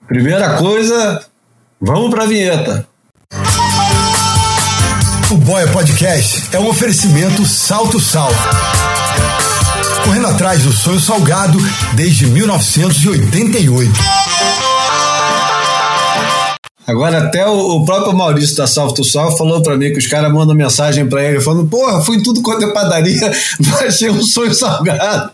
Primeira coisa, vamos pra vinheta. O Boia Podcast é um oferecimento Salto Sal. Correndo atrás do sonho salgado desde 1988. Agora até o próprio Maurício da Salto Sal falou pra mim que os caras mandam mensagem pra ele falando: porra, fui em tudo quanto é padaria, vai ser um sonho salgado.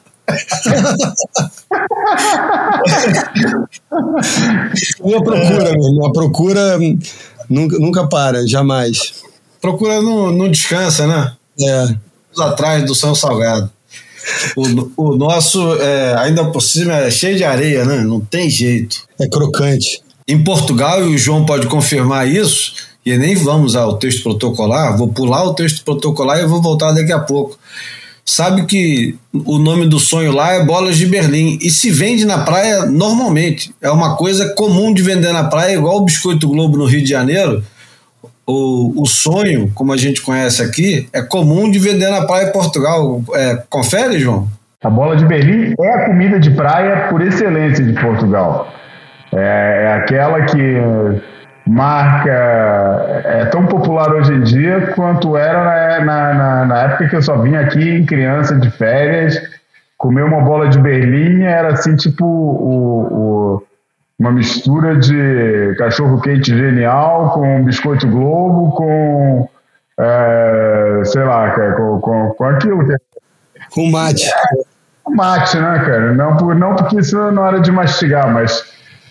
A procura nunca para, jamais. Procura não descansa, né? Atrás do sonho salgado. O nosso, ainda por cima, é cheio de areia, né? Não tem jeito. É crocante. Em Portugal, e o João pode confirmar isso, e nem vamos ao texto protocolar, vou pular o texto protocolar e vou voltar daqui a pouco. Sabe que o nome do sonho lá é bolas de Berlim, e se vende na praia normalmente. É uma coisa comum de vender na praia, igual o Biscoito Globo no Rio de Janeiro. O sonho, como a gente conhece aqui, é comum de vender na praia em Portugal. Confere, João? A bola de Berlim é a comida de praia por excelência de Portugal. É aquela que é tão popular hoje em dia quanto era na época que eu só vinha aqui em criança de férias. Comer uma bola de Berlim era assim, tipo uma mistura de cachorro quente genial com biscoito Globo, com sei lá, com aquilo que com mate. Mate, né, cara? Não porque isso não era de mastigar, mas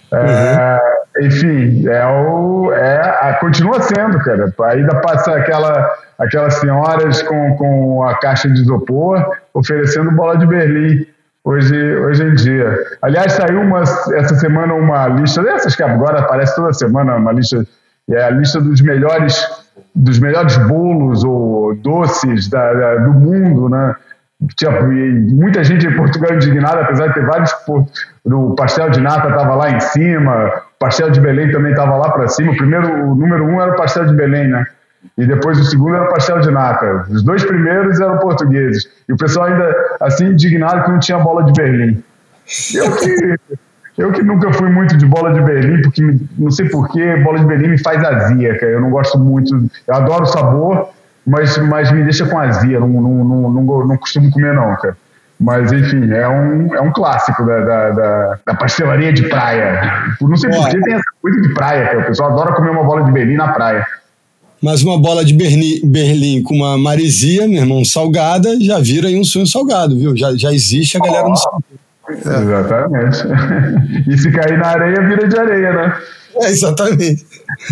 enfim, continua sendo, cara. Ainda passa aquelas senhoras com a caixa de isopor oferecendo bola de Berlim hoje em dia. Aliás, saiu essa semana uma lista dessas que agora aparece toda semana, uma lista, a lista dos melhores bolos ou doces do mundo, né? Tinha muita gente em Portugal indignada, apesar de ter vários. O pastel de nata estava lá em cima, o pastel de Belém também estava lá para cima. O número 1 era o pastel de Belém, né? E depois o segundo era o pastel de nata. Os dois primeiros eram portugueses. E o pessoal ainda assim indignado que não tinha bola de Berlim. Eu que nunca fui muito de bola de Berlim, porque não sei porquê, bola de Berlim me faz azia, cara. Eu não gosto muito. Eu adoro o sabor, mas me deixa com azia. Não costumo comer, não, cara. Mas, enfim, é um clássico da pastelaria de praia. Não sei por que tem essa coisa de praia, cara. O pessoal adora comer uma bola de Berlim na praia. Mas uma bola de Berlim com uma maresia, meu irmão, salgada, já vira aí um sonho salgado, viu? Já existe a galera no salgado. Exatamente. E se cair na areia, vira de areia, né? Exatamente.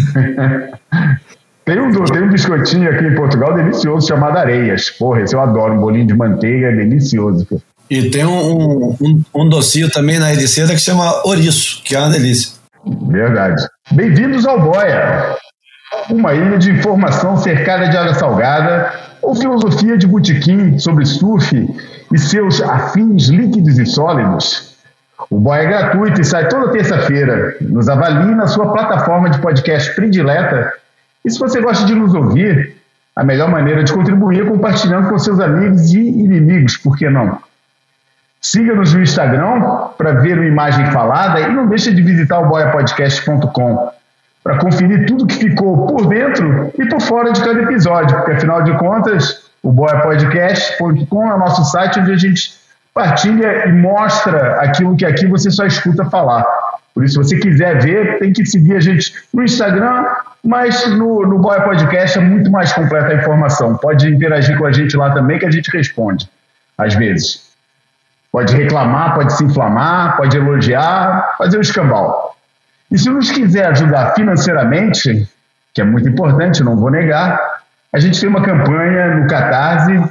Tem um biscoitinho aqui em Portugal delicioso chamado Areias. Porra, esse eu adoro. Um bolinho de manteiga é delicioso. E tem um docinho também na Ediceda que chama Ouriço, que é uma delícia. Verdade. Bem-vindos ao Boia. Uma ilha de informação cercada de água salgada ou filosofia de botequim sobre surf e seus afins líquidos e sólidos. O Boia é gratuito e sai toda terça-feira. Nos avalie na sua plataforma de podcast predileta. E se você gosta de nos ouvir, a melhor maneira de contribuir é compartilhando com seus amigos e inimigos, por que não? Siga-nos no Instagram para ver uma imagem falada e não deixe de visitar o boiapodcast.com para conferir tudo que ficou por dentro e por fora de cada episódio, porque afinal de contas, o boiapodcast.com é o nosso site onde a gente partilha e mostra aquilo que aqui você só escuta falar. Por isso, se você quiser ver, tem que seguir a gente no Instagram, mas no Boia Podcast é muito mais completa a informação. Pode interagir com a gente lá também, que a gente responde, às vezes. Pode reclamar, pode se inflamar, pode elogiar, fazer o escambau. E se nos quiser ajudar financeiramente, que é muito importante, não vou negar, a gente tem uma campanha no Catarse,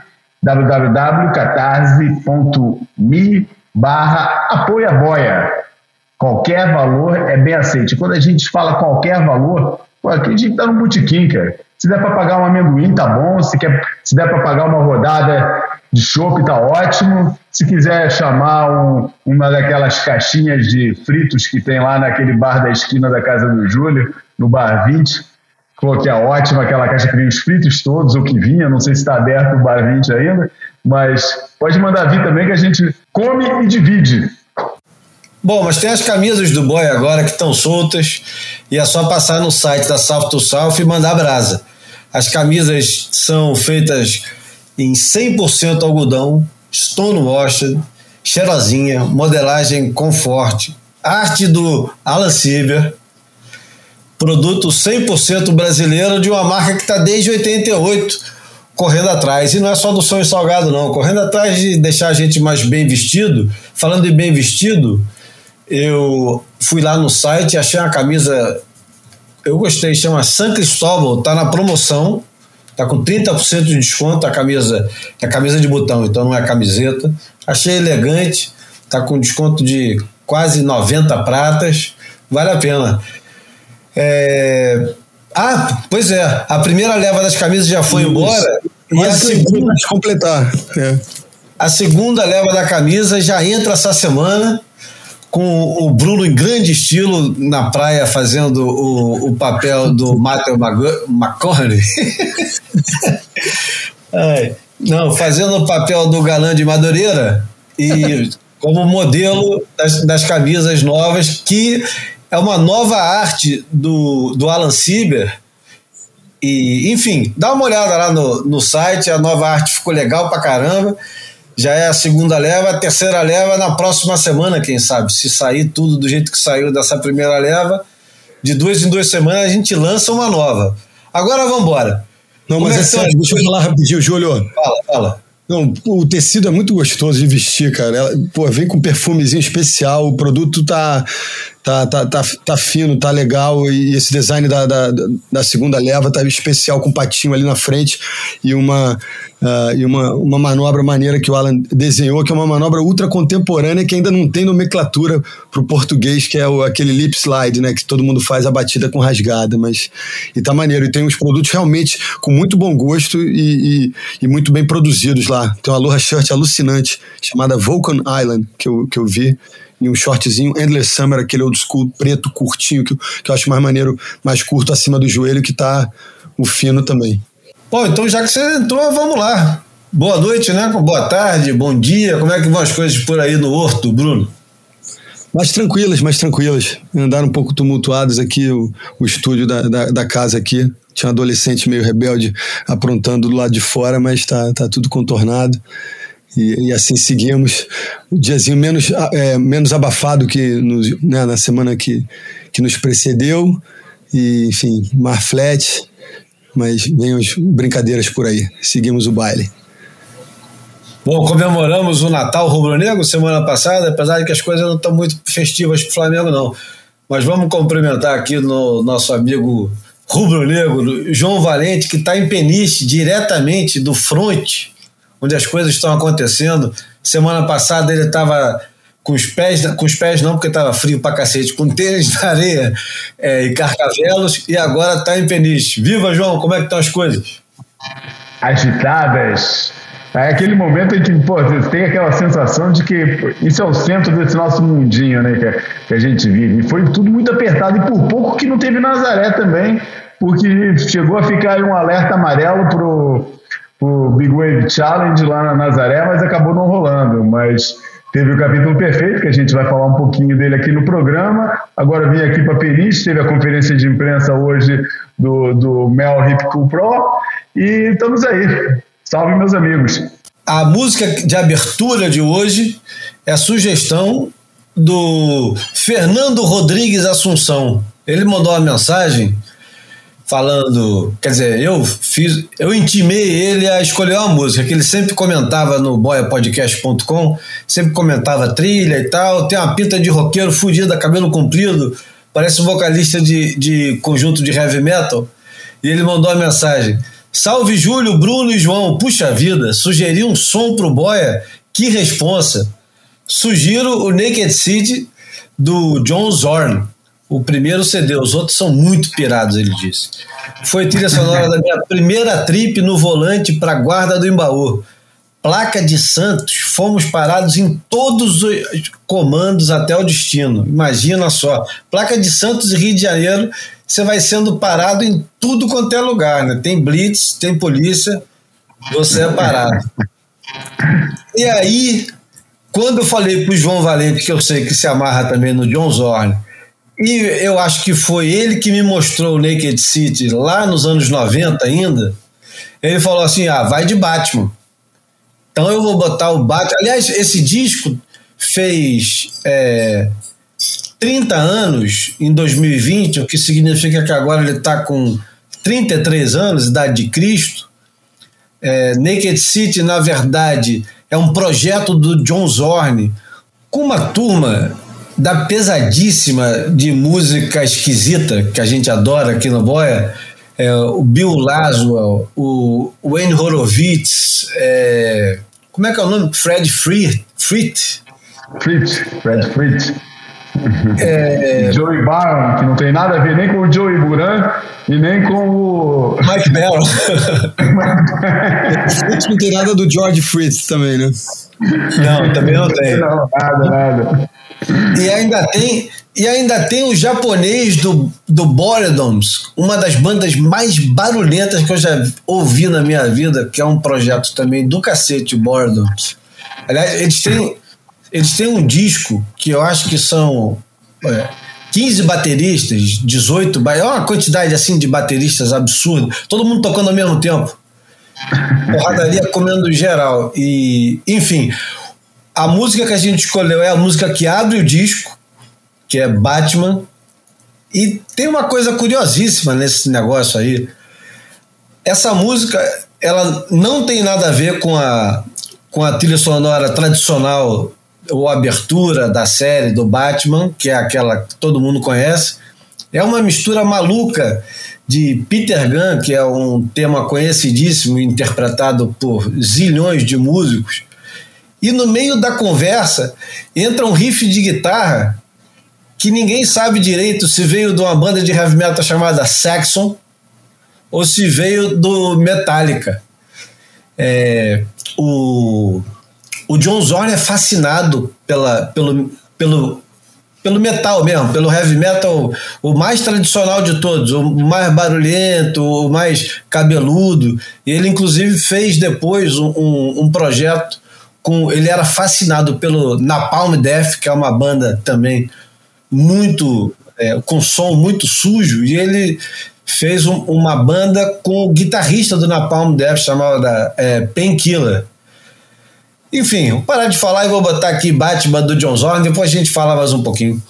www.catarse.me/apoiaboia. Qualquer valor é bem aceito. Quando a gente fala qualquer valor, aqui a gente está no botequim, cara. Se der para pagar um amendoim, tá bom. Se der para pagar uma rodada de chopp, tá ótimo. Se quiser chamar uma daquelas caixinhas de fritos que tem lá naquele bar da esquina da casa do Júlio, no Bar 20, que é ótima, aquela caixa que vem os fritos todos, ou que vinha, não sei se está aberto o Bar 20 ainda, mas pode mandar vir também que a gente come e divide. Bom, mas tem as camisas do boy agora que estão soltas e é só passar no site da South to South e mandar brasa. As camisas são feitas em 100% algodão, stonewashed, cheirosinha, modelagem Comfort, arte do Alan Sieber, produto 100% brasileiro de uma marca que está desde 88 correndo atrás. E não é só do sonho salgado, não. Correndo atrás de deixar a gente mais bem vestido. Falando de bem vestido, eu fui lá no site e achei uma camisa, eu gostei, chama San Cristóbal, tá na promoção, tá com 30% de desconto, a camisa é camisa de botão, então não é camiseta. Achei elegante, tá com desconto de quase 90 pratas, vale a pena. Pois é, a primeira leva das camisas já foi embora, e a segunda, completar. A segunda leva da camisa já entra essa semana, com o Bruno em grande estilo na praia fazendo o papel do Matthew McConaughey. Não, fazendo o papel do galã de Madureira e como modelo das camisas novas, que é uma nova arte do Alan Sieber. E, enfim, dá uma olhada lá no site, a nova arte ficou legal pra caramba. Já é a segunda leva, a terceira leva na próxima semana, quem sabe, se sair tudo do jeito que saiu dessa primeira leva, de 2 em 2 semanas a gente lança uma nova. Agora vamos embora. Não, mas é sério, deixa eu falar rapidinho, Júlio. Fala. Não, o tecido é muito gostoso de vestir, cara. Vem com um perfumezinho especial, o produto tá fino, tá legal, e esse design da segunda leva tá especial, com um patinho ali na frente e uma manobra maneira que o Alan desenhou, que é uma manobra ultra contemporânea que ainda não tem nomenclatura pro português, que é aquele lip slide, né, que todo mundo faz a batida com rasgada, e tá maneiro, e tem uns produtos realmente com muito bom gosto e muito bem produzidos lá. Tem uma Aloha Shirt alucinante chamada Vulcan Island que eu vi, e um shortzinho Endless Summer, aquele old school preto curtinho que eu acho mais maneiro, mais curto acima do joelho, que tá o fino também. Bom, então já que você entrou, vamos lá. Boa noite, né? Boa tarde, bom dia. Como é que vão as coisas por aí no Horto, Bruno? Mais tranquilas. Andaram um pouco tumultuados aqui o estúdio da casa aqui. Tinha um adolescente meio rebelde aprontando do lado de fora, mas tá tudo contornado. E assim seguimos, um diazinho menos abafado que na semana que nos precedeu, e enfim, mar flat, mas vem as brincadeiras por aí, seguimos o baile. Bom, comemoramos o Natal rubro-negro semana passada, apesar de que as coisas não estão muito festivas para o Flamengo não, mas vamos cumprimentar aqui no nosso amigo rubro-negro, João Valente, que está em Peniche, diretamente do fronte, onde as coisas estão acontecendo. Semana passada ele estava com os pés não, porque estava frio pra cacete, com tênis na areia e carcavelos, e agora está em Peniche. Viva, João, como é que estão as coisas? Agitadas. É aquele momento em que, você tem aquela sensação de que isso é o centro desse nosso mundinho, né, que a gente vive. E foi tudo muito apertado, e por pouco que não teve Nazaré também, porque chegou a ficar um alerta amarelo pro Big Wave Challenge lá na Nazaré, mas acabou não rolando. Mas teve o capítulo perfeito, que a gente vai falar um pouquinho dele aqui no programa. Agora vim aqui para Peniche, teve a conferência de imprensa hoje do Mel Hip Cool Pro, e estamos aí. Salve, meus amigos. A música de abertura de hoje é a sugestão do Fernando Rodrigues Assunção. Ele mandou uma mensagem falando, quer dizer, eu intimei ele a escolher uma música, que ele sempre comentava no boiapodcast.com, sempre comentava trilha e tal, tem uma pinta de roqueiro fudida, cabelo comprido, parece um vocalista de conjunto de heavy metal, e ele mandou a mensagem: salve Júlio, Bruno e João, puxa vida, sugeri um som pro Boia, que responsa. Sugiro o Naked City do John Zorn, o primeiro CD, os outros são muito pirados, ele disse. Foi trilha sonora da minha primeira trip no volante para a Guarda do Embaú. Placa de Santos, fomos parados em todos os comandos até o destino. Imagina só, Placa de Santos e Rio de Janeiro, você vai sendo parado em tudo quanto é lugar, né? Tem blitz, tem polícia, você é parado. E aí quando eu falei pro João Valente, que eu sei que se amarra também no John Zorn, e eu acho que foi ele que me mostrou o Naked City lá nos anos 90 ainda, ele falou assim, vai de Batman. Então eu vou botar o Batman. Aliás, esse disco fez 30 anos em 2020, o que significa que agora ele está com 33 anos, idade de Cristo. Naked City, na verdade, é um projeto do John Zorn com uma turma da pesadíssima de música esquisita que a gente adora aqui no Boia, o Bill Laswell, o Wayne Horowitz, como é que é o nome? Fred Frith. Fred Frith. Joey Barham, que não tem nada a ver nem com o Joey Buran e nem com o Mike Barrow. Não tem nada do George Fritz também, né? Não, também não tem. Não, nada. E ainda tem o japonês do Boredoms, uma das bandas mais barulhentas que eu já ouvi na minha vida, que é um projeto também do cacete, o Boredoms. Aliás, eles têm um disco que eu acho que são 15 bateristas, 18, é uma quantidade assim de bateristas absurda, todo mundo tocando ao mesmo tempo. Porradaria comendo geral. E, enfim, a música que a gente escolheu é a música que abre o disco, que é Batman. E tem uma coisa curiosíssima nesse negócio aí. Essa música, ela não tem nada a ver com a trilha sonora tradicional ou abertura da série do Batman, que é aquela que todo mundo conhece. É uma mistura maluca de Peter Gunn, que é um tema conhecidíssimo, interpretado por zilhões de músicos, e no meio da conversa entra um riff de guitarra que ninguém sabe direito se veio de uma banda de heavy metal chamada Saxon ou se veio do Metallica. O John Zorn é fascinado pelo metal mesmo, pelo heavy metal, o mais tradicional de todos, o mais barulhento, o mais cabeludo. E ele inclusive fez depois um projeto ele era fascinado pelo Napalm Death, que é uma banda também muito com som muito sujo, e ele fez uma banda com o guitarrista do Napalm Death chamada Painkiller. Enfim, vou parar de falar e vou botar aqui Batman do John Zorn, depois a gente fala mais um pouquinho.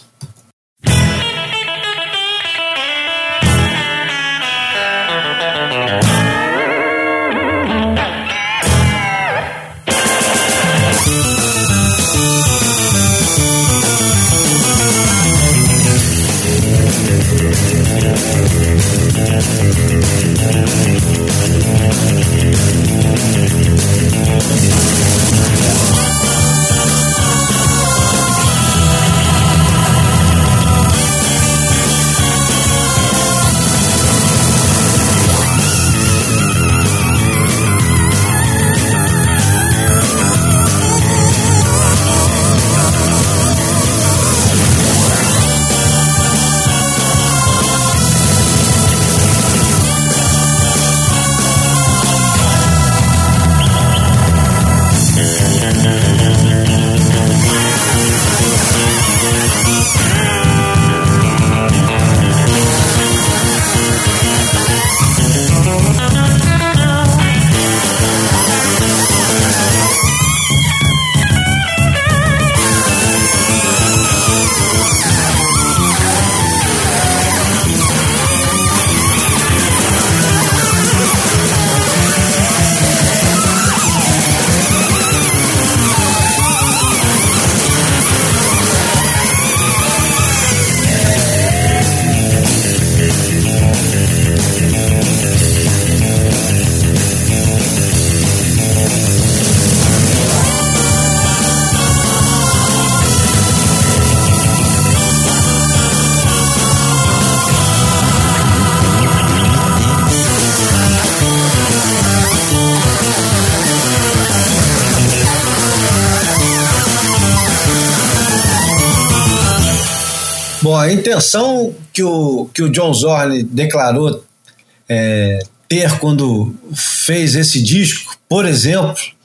Bom, a intenção que o John Zorn declarou ter quando fez esse disco, por exemplo,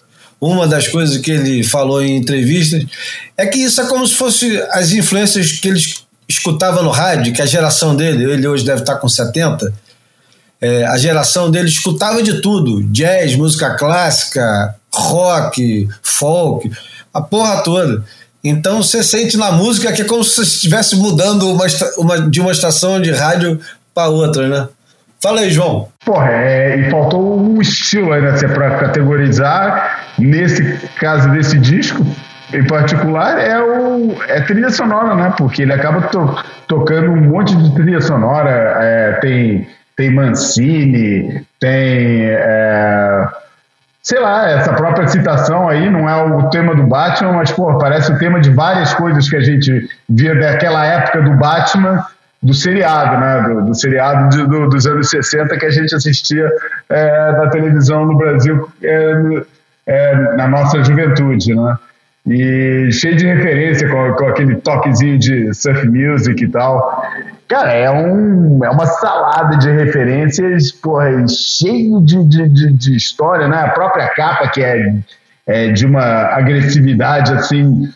uma das coisas que ele falou em entrevistas é que isso é como se fosse as influências que ele escutava no rádio, que a geração dele, ele hoje deve estar com 70, a geração dele escutava de tudo, jazz, música clássica, rock, folk, a porra toda. Então você sente na música que é como se você estivesse mudando de uma estação de rádio para outra, né? Fala aí, João. Porra, e faltou um estilo aí, né, para categorizar. Nesse caso desse disco, em particular, é trilha sonora, né? Porque ele acaba tocando um monte de trilha sonora. Tem Mancini, tem... sei lá, essa própria citação aí não é o tema do Batman, mas, pô, parece o tema de várias coisas que a gente via daquela época do Batman, do seriado, né? Do seriado dos anos 60 que a gente assistia na televisão no Brasil na nossa juventude, né? E cheio de referência com aquele toquezinho de surf music e tal. Cara, é uma salada de referências, porra, cheio de história, né? A própria capa, que é de uma agressividade, assim,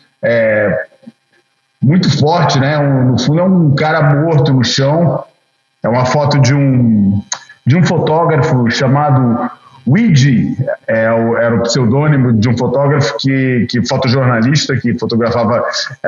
muito forte, né? No fundo é um cara morto no chão. É uma foto de um fotógrafo chamado Ouija, era o pseudônimo de um fotógrafo que fotojornalista, que fotografava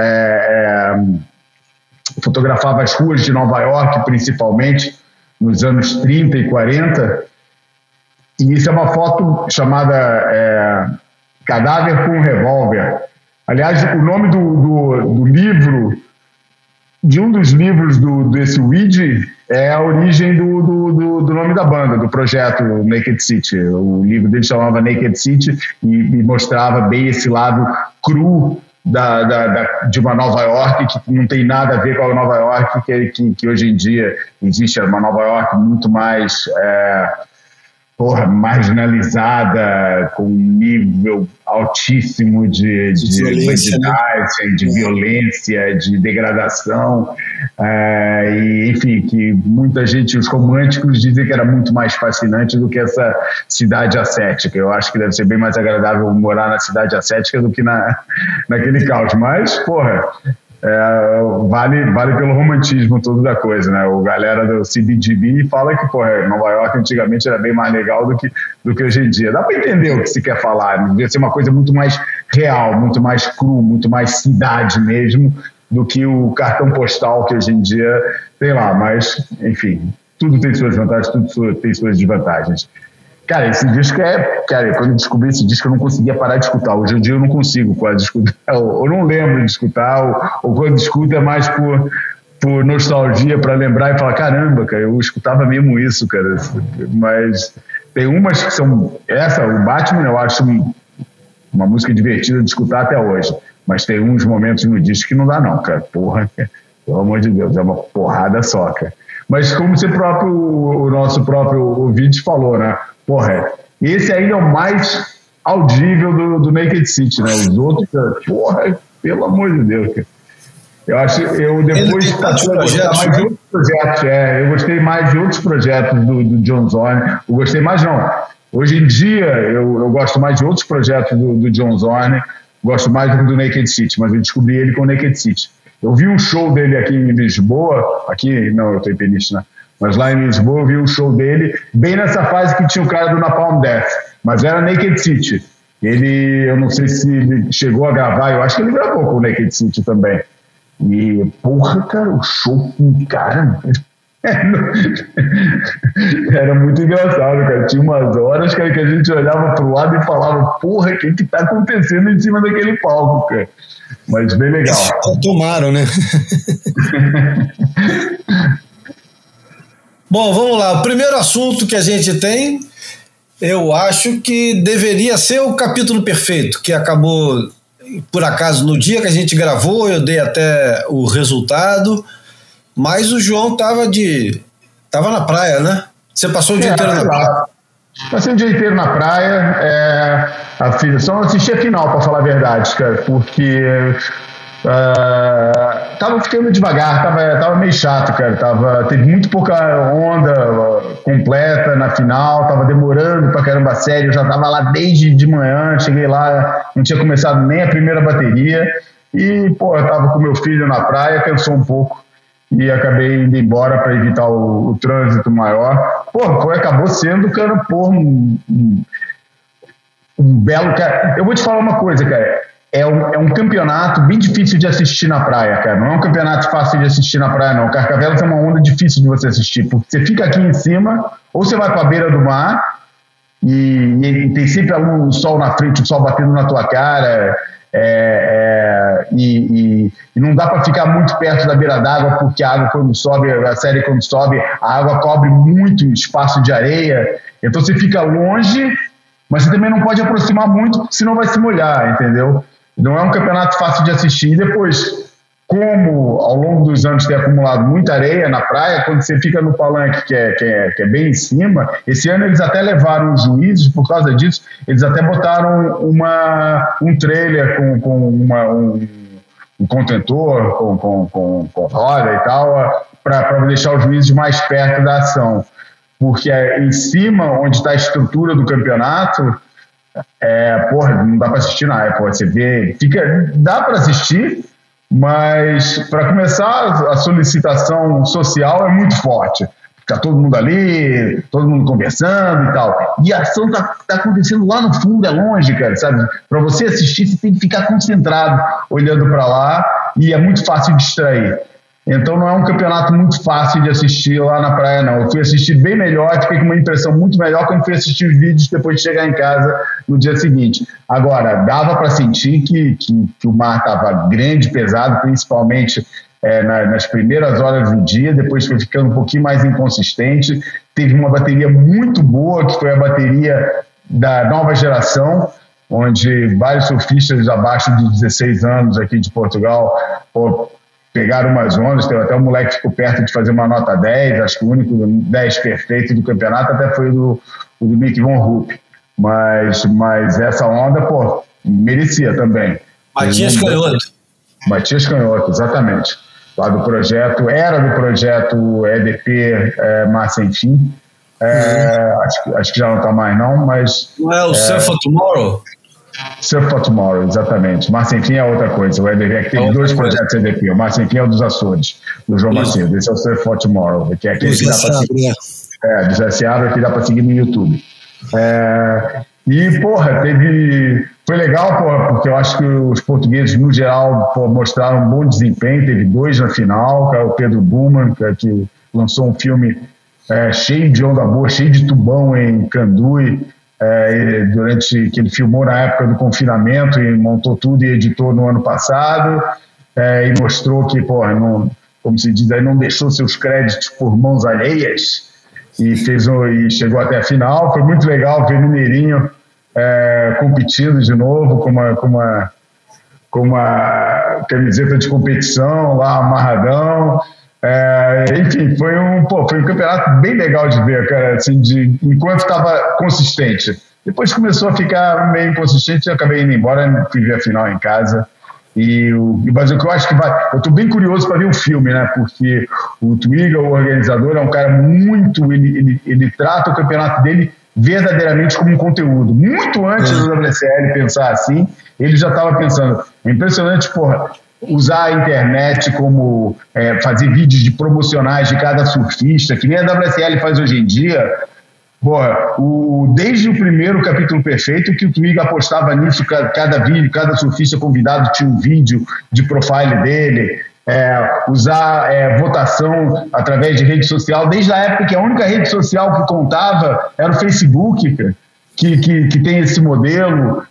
as ruas de Nova York, principalmente, nos anos 30 e 40. E isso é uma foto chamada Cadáver com Revólver. Aliás, o nome do livro, de um dos livros desse Ouija, é a origem do nome da banda, do projeto Naked City. O livro dele chamava Naked City e mostrava bem esse lado cru de uma Nova York que não tem nada a ver com a Nova York que hoje em dia existe, uma Nova York muito mais marginalizada, com um nível altíssimo de violência, de violência, de degradação, e, enfim, que muita gente, os românticos, dizem que era muito mais fascinante do que essa cidade ascética. Eu acho que deve ser bem mais agradável morar na cidade ascética do que naquele caos, mas, porra, vale pelo romantismo todo da coisa, né? O galera do CBGB fala que, porra, Nova York antigamente era bem mais legal do que hoje em dia. Dá para entender o que se quer falar, devia ser uma coisa muito mais real, muito mais cru, muito mais cidade mesmo, do que o cartão postal que hoje em dia tem lá. Mas, enfim, tudo tem suas vantagens, tudo tem suas desvantagens. Cara, esse disco Cara, quando eu descobri esse disco, eu não conseguia parar de escutar. Hoje em dia eu não consigo quase escutar. Eu não lembro de escutar, ou quando escuto é mais por nostalgia, para lembrar e falar, caramba, cara, eu escutava mesmo isso, cara. Mas tem umas que são... o Batman, eu acho uma música divertida de escutar até hoje. Mas tem uns momentos no disco que não dá não, cara. Porra, pelo amor de Deus, é uma porrada só, cara. Mas como o nosso próprio ouvinte falou, né? Porra, esse ainda é o mais audível do Naked City, né? Os outros, porra, pelo amor de Deus, cara. Eu depois passei a gostar mais de outros projetos. Eu gostei mais de outros projetos do John Zorn. Eu gostei mais, não. Hoje em dia, eu gosto mais de outros projetos do John Zorn. Gosto mais do Naked City, mas eu descobri ele com o Naked City. Eu vi um show dele aqui em Lisboa. Não, eu estou em Peniche, né? Mas lá em Lisboa eu vi um show dele bem nessa fase que tinha o cara do Napalm Death, mas era Naked City. Eu não sei se ele chegou a gravar, eu acho que ele gravou com o Naked City também. E, porra, cara, o show com o cara... Era muito engraçado, cara. Tinha umas horas, cara, que a gente olhava pro lado e falava, porra, o que tá acontecendo em cima daquele palco, cara? Mas bem legal. Tomaram, né? Bom, vamos lá. O primeiro assunto que a gente tem, eu acho que deveria ser o capítulo perfeito, que acabou, por acaso, no dia que a gente gravou, eu dei até o resultado, mas o João tava na praia, né? Você passou o dia inteiro na praia? Passei o dia inteiro na praia, só não assisti a final, para falar a verdade, cara, porque Tava ficando devagar, tava meio chato, cara. Teve muito pouca onda completa na final, tava demorando pra caramba a série. Eu já tava lá desde de manhã, cheguei lá, não tinha começado nem a primeira bateria. E, pô, eu tava com meu filho na praia, cansou um pouco e acabei indo embora para evitar o trânsito maior. Pô, acabou sendo, cara, um belo... Cara, eu vou te falar uma coisa, cara. É um campeonato bem difícil de assistir na praia, cara. Não é um campeonato fácil de assistir na praia, não. Carcavelos é uma onda difícil de você assistir, porque você fica aqui em cima, ou você vai para a beira do mar, e tem sempre o sol na frente, o sol batendo na tua cara, e não dá para ficar muito perto da beira d'água, porque a água quando sobe, a série quando sobe, a água cobre muito espaço de areia, então você fica longe, mas você também não pode aproximar muito, senão vai se molhar, entendeu? Não é um campeonato fácil de assistir. E depois, como ao longo dos anos tem acumulado muita areia na praia, quando você fica no palanque que é bem em cima, esse ano eles até levaram os juízes, por causa disso, eles até botaram um trailer com um contentor, com roda e tal, para deixar os juízes mais perto da ação. Porque em cima, onde está a estrutura do campeonato, não dá para assistir nada. Você vê, dá para assistir, mas para começar, a solicitação social é muito forte. Fica todo mundo ali, todo mundo conversando e tal. E a ação tá acontecendo lá no fundo, é longe, cara, sabe? Para você assistir, você tem que ficar concentrado olhando para lá e é muito fácil distrair. Então não é um campeonato muito fácil de assistir lá na praia, não. Eu fui assistir bem melhor, fiquei com uma impressão muito melhor quando fui assistir os vídeos depois de chegar em casa no dia seguinte. Agora, dava para sentir que o mar estava grande, pesado, principalmente nas primeiras horas do dia, depois foi ficando um pouquinho mais inconsistente. Teve uma bateria muito boa, que foi a bateria da nova geração, onde vários surfistas abaixo de 16 anos aqui de Portugal pegaram umas ondas. Teve até um moleque que ficou perto de fazer uma nota 10, acho que o único 10 perfeito do campeonato até foi o do Nick Von Rupp. Mas essa onda, merecia também. Matias Canhoto, exatamente. Lá do projeto, EDP Mar Sem Fim. Acho que já não está mais, não, mas... Não é o Surf for Tomorrow? Surf for Tomorrow, exatamente. Mar Sem Fim é outra coisa. O EDP é que tem dois projetos EDP. O Mar Sem Fim é o dos Açores, do João Macedo. Esse é o Surf for Tomorrow, que é aquele que dá para seguir. Do Zé Seabra, que dá para seguir no YouTube. Foi legal, porque eu acho que os portugueses, no geral, mostraram um bom desempenho. Teve 2 na final, que é o Pedro Buman, que lançou um filme cheio de onda boa, cheio de tubão em Candui, que ele filmou na época do confinamento e montou tudo e editou no ano passado, e mostrou que, como se diz aí, não deixou seus créditos por mãos alheias e chegou até a final. Foi muito legal ver Mineirinho competindo de novo com uma camiseta de competição lá, amarradão. Enfim, foi um campeonato bem legal de ver, cara, assim, enquanto estava consistente. Depois começou a ficar meio inconsistente, eu acabei indo embora, fui ver a final em casa. Mas o que eu acho que eu estou bem curioso para ver o filme, né? Porque o Twiga, o organizador, é um cara muito... Ele trata o campeonato dele verdadeiramente como um conteúdo. Muito antes do WSL pensar assim, ele já estava pensando. É impressionante, usar a internet como fazer vídeos de promocionais de cada surfista, que nem a WSL faz hoje em dia. Desde o primeiro capítulo perfeito, que o Twiga apostava nisso, cada vídeo, cada surfista convidado tinha um vídeo de profile dele, usar votação através de rede social, desde a época que a única rede social que contava era o Facebook, que tem esse modelo.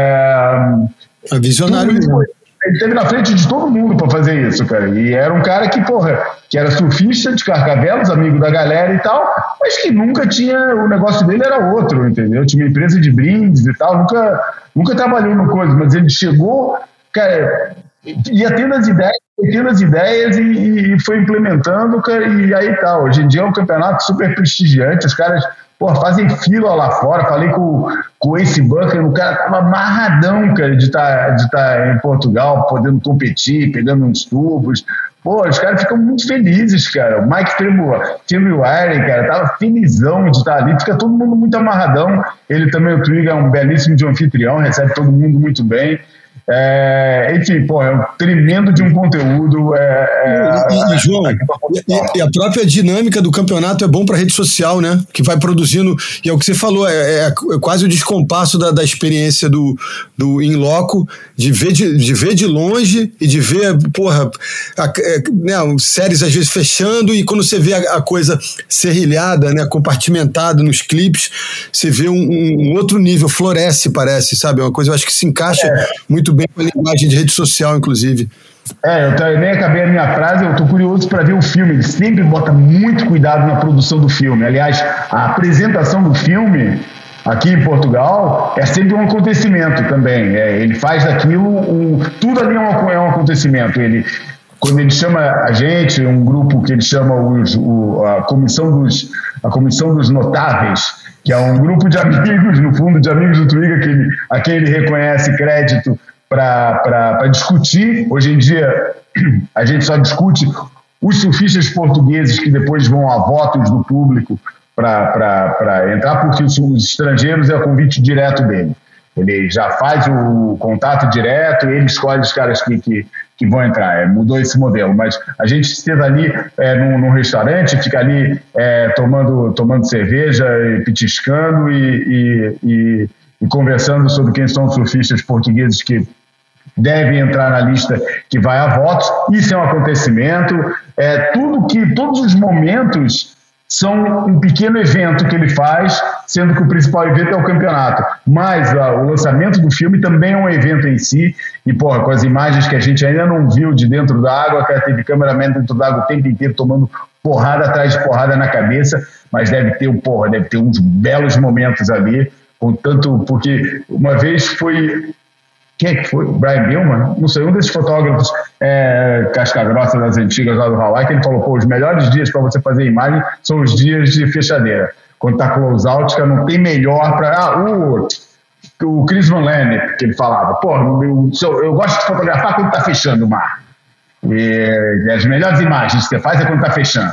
É visionário mesmo. Ele esteve na frente de todo mundo para fazer isso, cara. E era um cara que era surfista de Carcavelos, amigo da galera e tal, mas que nunca tinha... O negócio dele era outro, entendeu? Tinha uma empresa de brindes e tal, nunca trabalhou no coisa, mas ele chegou, cara, ia tendo as ideias, pequenas ideias e foi implementando, cara, e aí tá. Hoje em dia é um campeonato super prestigiante, os caras fazem fila lá fora. Falei com o Ace Bunker, o cara tava amarradão, cara, de tá em Portugal, podendo competir, pegando uns tubos. Os caras ficam muito felizes, cara. O Mike Tremblay, cara, tava felizão de estar ali. Fica todo mundo muito amarradão. Ele também, o Twiga, é um belíssimo de anfitrião, recebe todo mundo muito bem. Enfim, é um tremendo de um conteúdo. João, e a própria dinâmica do campeonato é bom para rede social, né? Que vai produzindo, e é o que você falou, é quase o descompasso da experiência do in loco, de ver de longe e de ver, séries às vezes fechando, e quando você vê a coisa serrilhada, né, compartimentada nos clipes, você vê um outro nível, floresce, parece, sabe? É uma coisa, eu acho que se encaixa muito bem com a linguagem de rede social, inclusive. Eu nem acabei a minha frase, eu tô curioso para ver o filme. Ele sempre bota muito cuidado na produção do filme. Aliás, a apresentação do filme aqui em Portugal é sempre um acontecimento também. Ele faz daquilo, tudo ali é um acontecimento. Quando ele chama a gente, um grupo que ele chama a Comissão dos Notáveis, que é um grupo de amigos, no fundo, de amigos do Twiga, a quem ele reconhece crédito para discutir. Hoje em dia, a gente só discute os surfistas portugueses que depois vão a votos do público para entrar, porque os estrangeiros é o convite direto dele. Ele já faz o contato direto, ele escolhe os caras que vão entrar. Mudou esse modelo, mas a gente esteve ali num restaurante, fica ali tomando cerveja e petiscando e conversando sobre quem são os surfistas portugueses que devem entrar na lista que vai a votos. Isso é um acontecimento. Todos os momentos são um pequeno evento que ele faz, sendo que o principal evento é o campeonato. Mas o lançamento do filme também é um evento em si, e com as imagens que a gente ainda não viu de dentro da água, cara, teve cameraman dentro da água o tempo inteiro tomando porrada atrás de porrada na cabeça, mas deve ter uns belos momentos ali, porque uma vez foi... Quem é que foi? O Brian Billman? Não sei, um desses fotógrafos casca-grossa das antigas lá do Hawaii, que ele falou, os melhores dias para você fazer imagem são os dias de fechadeira. Quando tá close-out, não tem melhor para... o Chris Van Lennep, que ele falava, eu gosto de fotografar quando tá fechando o mar. E as melhores imagens que você faz é quando tá fechando.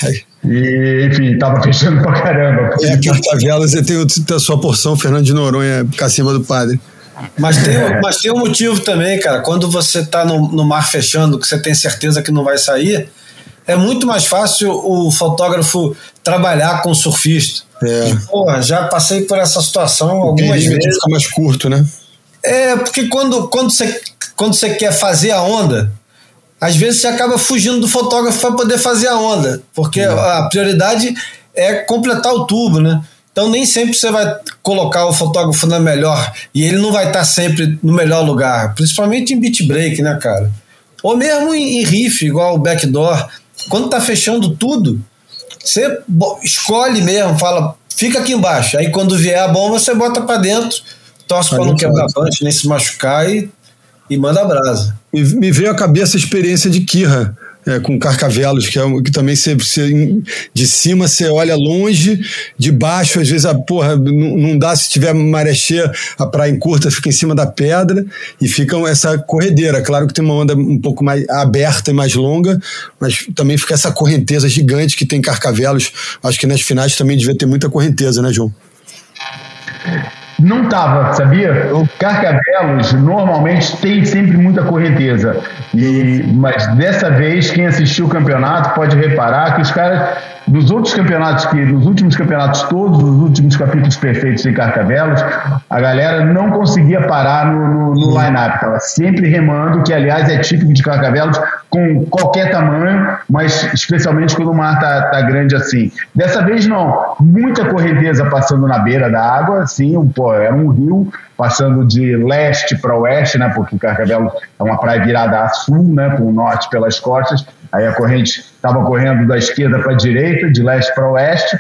E, enfim, tava fechando pra caramba. Carcavelos, você tem a sua porção, Fernando de Noronha, Cacimba do Padre. Mas tem um motivo também, cara. Quando você tá no mar fechando, que você tem certeza que não vai sair, é muito mais fácil o fotógrafo trabalhar com o surfista. E, já passei por essa situação algumas vezes. Fica mais curto, né? Porque quando você quer fazer a onda, às vezes você acaba fugindo do fotógrafo para poder fazer a onda, porque a prioridade é completar o tubo, né? Então nem sempre você vai colocar o fotógrafo na melhor, e ele não vai estar sempre no melhor lugar, principalmente em beat break, né, cara? Ou mesmo em riff, igual o backdoor. Quando tá fechando tudo, você escolhe mesmo, fala, fica aqui embaixo. Aí quando vier a bomba, você bota para dentro, torce para não quebrar punch, nem se machucar e manda a brasa. Me veio à cabeça a experiência de Kirra, com Carcavelos, que também de cima você olha longe, de baixo às vezes não dá, se tiver maré cheia, a praia encurta, fica em cima da pedra e fica essa corredeira. Claro que tem uma onda um pouco mais aberta e mais longa, mas também fica essa correnteza gigante que tem Carcavelos. Acho que nas finais também devia ter muita correnteza, né, João? Não tava, sabia? O Carcavelos normalmente tem sempre muita correnteza. Mas dessa vez, quem assistiu o campeonato pode reparar que os caras, nos últimos campeonatos todos, nos últimos capítulos perfeitos de Carcavelos, a galera não conseguia parar no line-up. Estava sempre remando, que aliás é típico de Carcavelos, com qualquer tamanho, mas especialmente quando o mar tá grande assim. Dessa vez não, muita correnteza passando na beira da água, assim, era um rio passando de leste para oeste, né, porque Carcavelos é uma praia virada a sul, né, com o norte pelas costas, aí a corrente estava correndo da esquerda para a direita, de leste para oeste,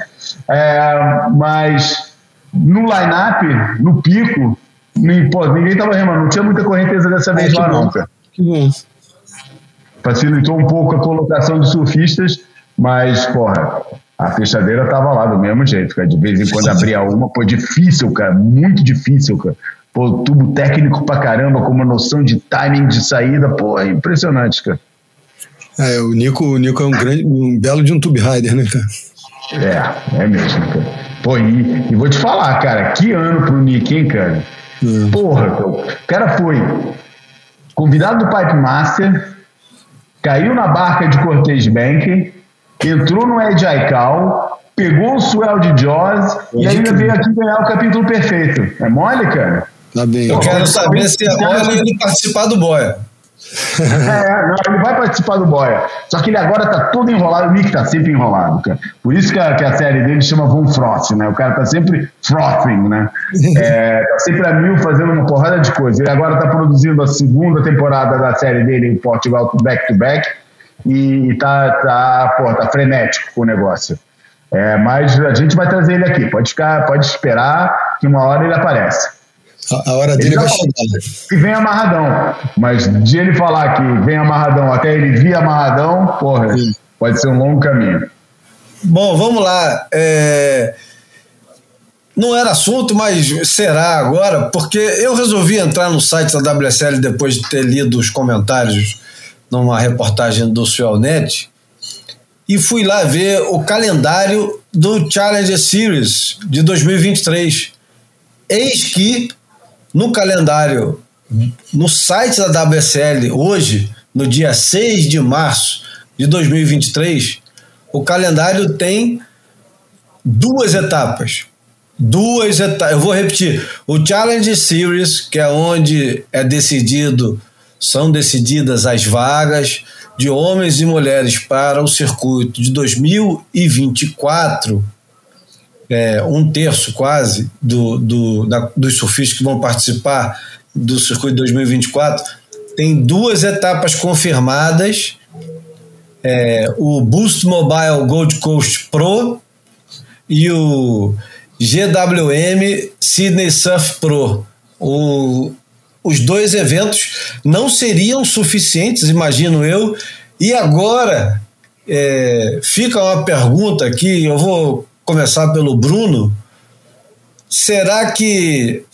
mas no line-up, no pico, ninguém estava remando, não tinha muita correnteza dessa vez lá não, cara. Que bom. facilitou um pouco a colocação dos surfistas, mas, porra, a fechadeira tava lá do mesmo jeito, cara. De vez em quando abria uma, pô, difícil, cara, muito difícil, cara. Pô, tubo técnico pra caramba, com uma noção de timing de saída, pô, é impressionante, cara. O Nico é um belo de um tube rider, né, cara? É mesmo, cara. Pô, e vou te falar, cara, que ano pro Nick, hein, cara? Porra, o cara foi convidado do Pipe Master, caiu na barca de Cortez Bank, entrou no Ed Aikau, pegou o Swell de Jaws e ainda veio aqui ganhar o capítulo perfeito. É mole, cara? Tá bem. Eu quero saber se é mole ele participar do Boia. Não, ele vai participar do Boia. Só que ele agora tá todo enrolado. O Nick tá sempre enrolado, cara. Por isso que a série dele chama Von Frost, né? O cara tá sempre frothing, né? Tá sempre a mil fazendo uma porrada de coisa. Ele agora tá produzindo a segunda temporada da série dele em Portugal, back to back, e tá frenético com o negócio. Mas a gente vai trazer ele aqui. Pode esperar que uma hora ele aparece. A hora dele vai chegar. E vem amarradão. Mas de ele falar que vem amarradão até ele vir amarradão, porra, pode ser um longo caminho. Bom, vamos lá. Não era assunto, mas será agora, porque eu resolvi entrar no site da WSL depois de ter lido os comentários numa reportagem do Swellnet e fui lá ver o calendário do Challenger Series de 2023. Eis que no calendário, no site da WSL, hoje, no dia 6 de março de 2023, o calendário tem duas etapas. Eu vou repetir. O Challenger Series, que é onde são decididas as vagas de homens e mulheres para o circuito de 2024, um terço quase dos surfistas que vão participar do circuito de 2024, tem duas etapas confirmadas, o Boost Mobile Gold Coast Pro e o GWM Sydney Surf Pro. Os dois eventos não seriam suficientes, imagino eu, e agora fica uma pergunta aqui, eu vou começar pelo Bruno. Será que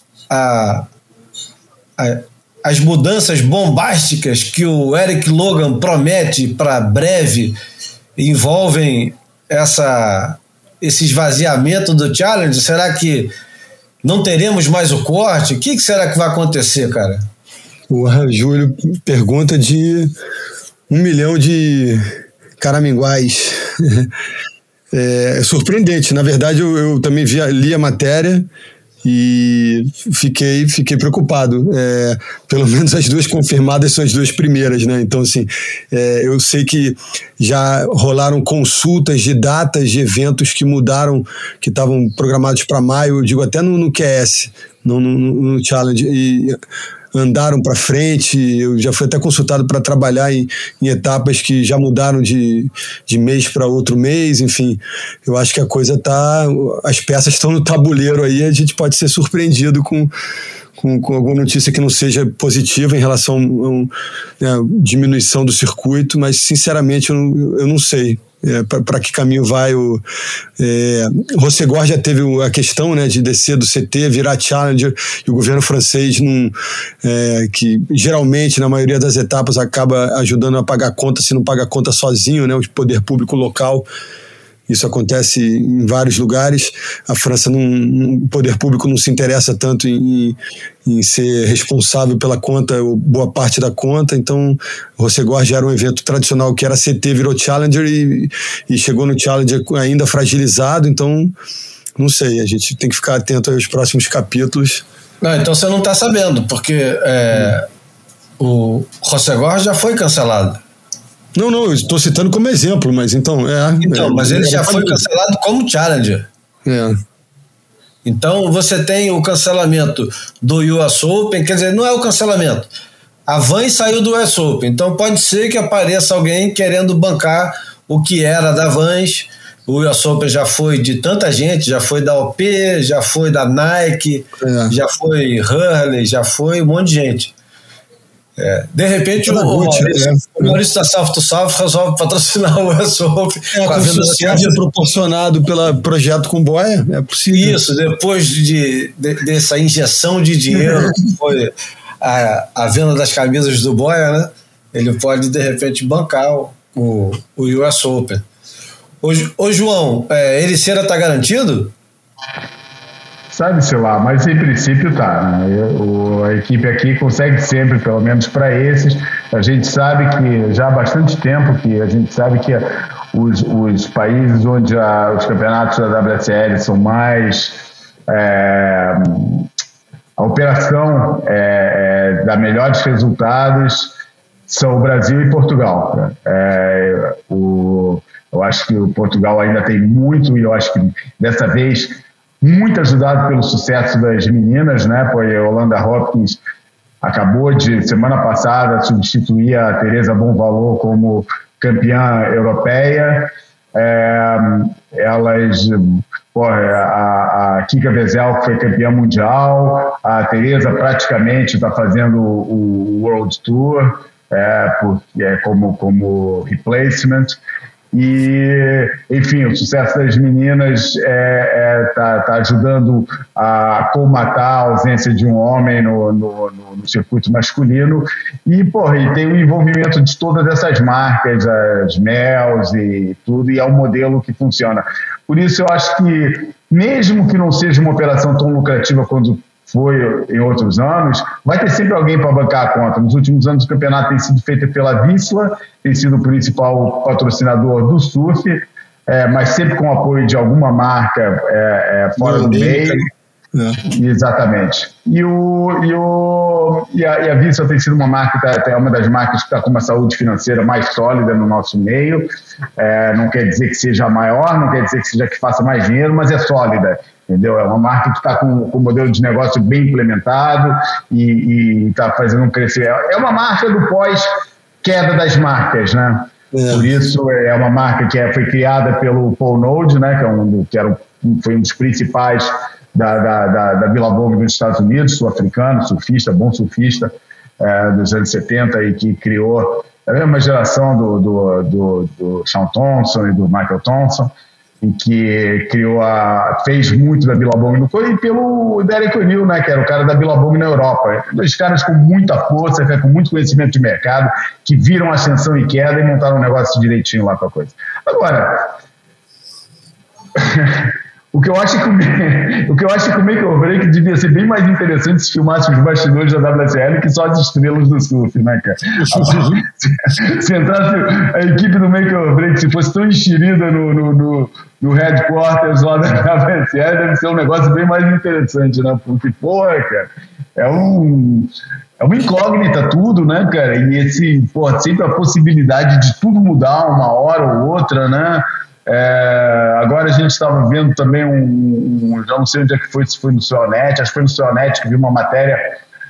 as mudanças bombásticas que o Eric Logan promete para breve envolvem esse esvaziamento do Challenge? Será que não teremos mais o corte? O que será que vai acontecer, cara? Porra, Júlio, pergunta de 1 milhão de caraminguais. É surpreendente. Na verdade, eu também li a matéria e fiquei preocupado. Pelo menos as duas confirmadas são as duas primeiras, né? Então, assim, eu sei que já rolaram consultas de datas de eventos que mudaram, que estavam programados para maio, eu digo até no QS, no Challenge, e andaram para frente. Eu já fui até consultado para trabalhar em etapas que já mudaram de mês para outro mês. Enfim, eu acho que a coisa as peças estão no tabuleiro aí, a gente pode ser surpreendido com alguma notícia que não seja positiva em relação à diminuição do circuito, mas sinceramente eu não sei para que caminho vai. O Rossegor já teve a questão, né, de descer do CT, virar Challenger, e o governo francês, que geralmente na maioria das etapas acaba ajudando a pagar conta, se não paga conta sozinho, né, o poder público local. Isso acontece em vários lugares. A França, o poder público não se interessa tanto em ser responsável pela conta, ou boa parte da conta. Então, o Rossegor já era um evento tradicional que era CT, virou Challenger e chegou no Challenger ainda fragilizado. Então, não sei, a gente tem que ficar atento aos próximos capítulos. Não, então você não está sabendo, porque o Rossegor já foi cancelado. Não, eu estou citando como exemplo, mas então... mas ele já foi cancelado como Challenger. Então você tem o cancelamento do US Open, quer dizer, não é o cancelamento. A Vans saiu do US Open, então pode ser que apareça alguém querendo bancar o que era da Vans. O US Open já foi de tanta gente, já foi da OP, já foi da Nike, já foi Hurley, já foi um monte de gente. De repente, o Maurício da South to South resolve patrocinar o US Open. Com sucesso proporcionado pelo projeto com boia, é possível. Isso, depois dessa injeção de dinheiro que foi a venda das camisas do boia, né? Ele pode, de repente, bancar o US Open. Ô João, Ericeira está garantido? Sabe-se lá, mas em princípio tá, né? A equipe aqui consegue sempre, pelo menos para esses. A gente sabe que já há bastante tempo que a gente sabe que os países onde os campeonatos da WSL são mais a operação dá melhores resultados são o Brasil e Portugal. Eu acho que o Portugal ainda tem muito, e eu acho que dessa vez muito ajudado pelo sucesso das meninas, né? Pois a Holanda Hopkins acabou de, semana passada, substituir a Teresa Bonvalor como campeã europeia. A Kika Vezel, que foi campeã mundial, a Teresa praticamente está fazendo o World Tour, como replacement. E, enfim, o sucesso das meninas tá ajudando a colmatar a ausência de um homem no circuito masculino e tem o envolvimento de todas essas marcas, as Mels e tudo, e é um modelo que funciona. Por isso eu acho que, mesmo que não seja uma operação tão lucrativa quanto foi em outros anos, vai ter sempre alguém para bancar a conta. Nos últimos anos o campeonato tem sido feito pela Visla, tem sido o principal patrocinador do surf, mas sempre com o apoio de alguma marca fora do meio. Exatamente. E a Visla tem sido uma marca, é uma das marcas que está com uma saúde financeira mais sólida no nosso meio. Não quer dizer que seja a maior, não quer dizer que seja que faça mais dinheiro, mas é sólida. Entendeu? É uma marca que está com o modelo de negócio bem implementado e está fazendo um crescimento. É uma marca do pós-queda das marcas, né? Por isso é uma marca que foi criada pelo Paul Node, né? Foi um dos principais da Billabong dos Estados Unidos, sul-africano, surfista, bom surfista dos anos 70 e que criou a mesma geração do Sean Thompson e do Michael Thompson, em que fez muito da Billabong, não foi? E pelo Derek O'Neill, né, que era o cara da Billabong na Europa. Dois caras com muita força, com muito conhecimento de mercado, que viram ascensão e queda e montaram um negócio direitinho lá com a coisa. Agora, o que eu acho que o Make or Break devia ser bem mais interessante se filmasse os bastidores da WSL que só as estrelas do surf, né, cara? Se entrasse a equipe do Make or Break, se fosse tão enxerida no headquarters lá da WSL, deve ser um negócio bem mais interessante, né? Porque, cara, é uma incógnita tudo, né, cara? E sempre a possibilidade de tudo mudar uma hora ou outra, né? Agora a gente estava vendo também já não sei onde é que foi, se foi no Ceonet, acho que foi no Ceonet que viu uma matéria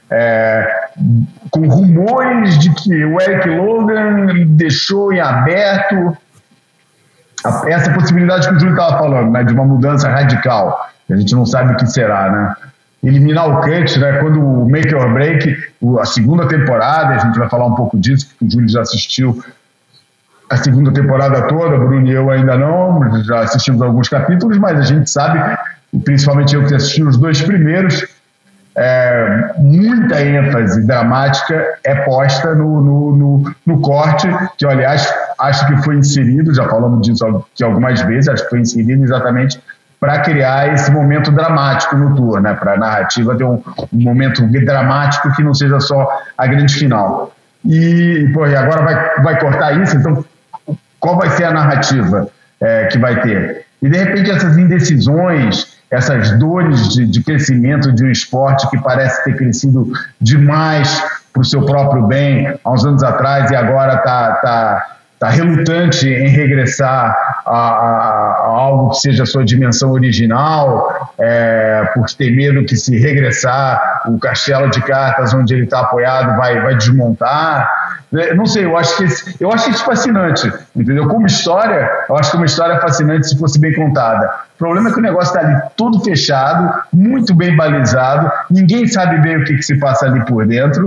com rumores de que o Eric Logan deixou em aberto essa possibilidade que o Júlio estava falando, né, de uma mudança radical, a gente não sabe o que será, né? Eliminar o cut, né, quando o Make or Break, a segunda temporada, a gente vai falar um pouco disso, porque o Júlio já assistiu a segunda temporada toda, Bruno e eu ainda não, já assistimos alguns capítulos, mas a gente sabe, principalmente eu que assisti os 2 primeiros, muita ênfase dramática é posta no corte, que eu, aliás, acho que foi inserido, já falamos disso aqui algumas vezes, acho que foi inserido exatamente para criar esse momento dramático no tour, né? Para a narrativa ter um momento dramático que não seja só a grande final. E agora vai cortar isso, então qual vai ser a narrativa que vai ter? E de repente essas indecisões, essas dores de crescimento de um esporte que parece ter crescido demais para o seu próprio bem há uns anos atrás e agora está relutante em regressar a algo que seja a sua dimensão original, porque tem medo que, se regressar, o castelo de cartas onde ele está apoiado vai desmontar. Não sei, eu acho isso fascinante, entendeu? Como história, eu acho que uma história fascinante se fosse bem contada. O problema é que o negócio está ali todo fechado, muito bem balizado, ninguém sabe bem o que se passa ali por dentro.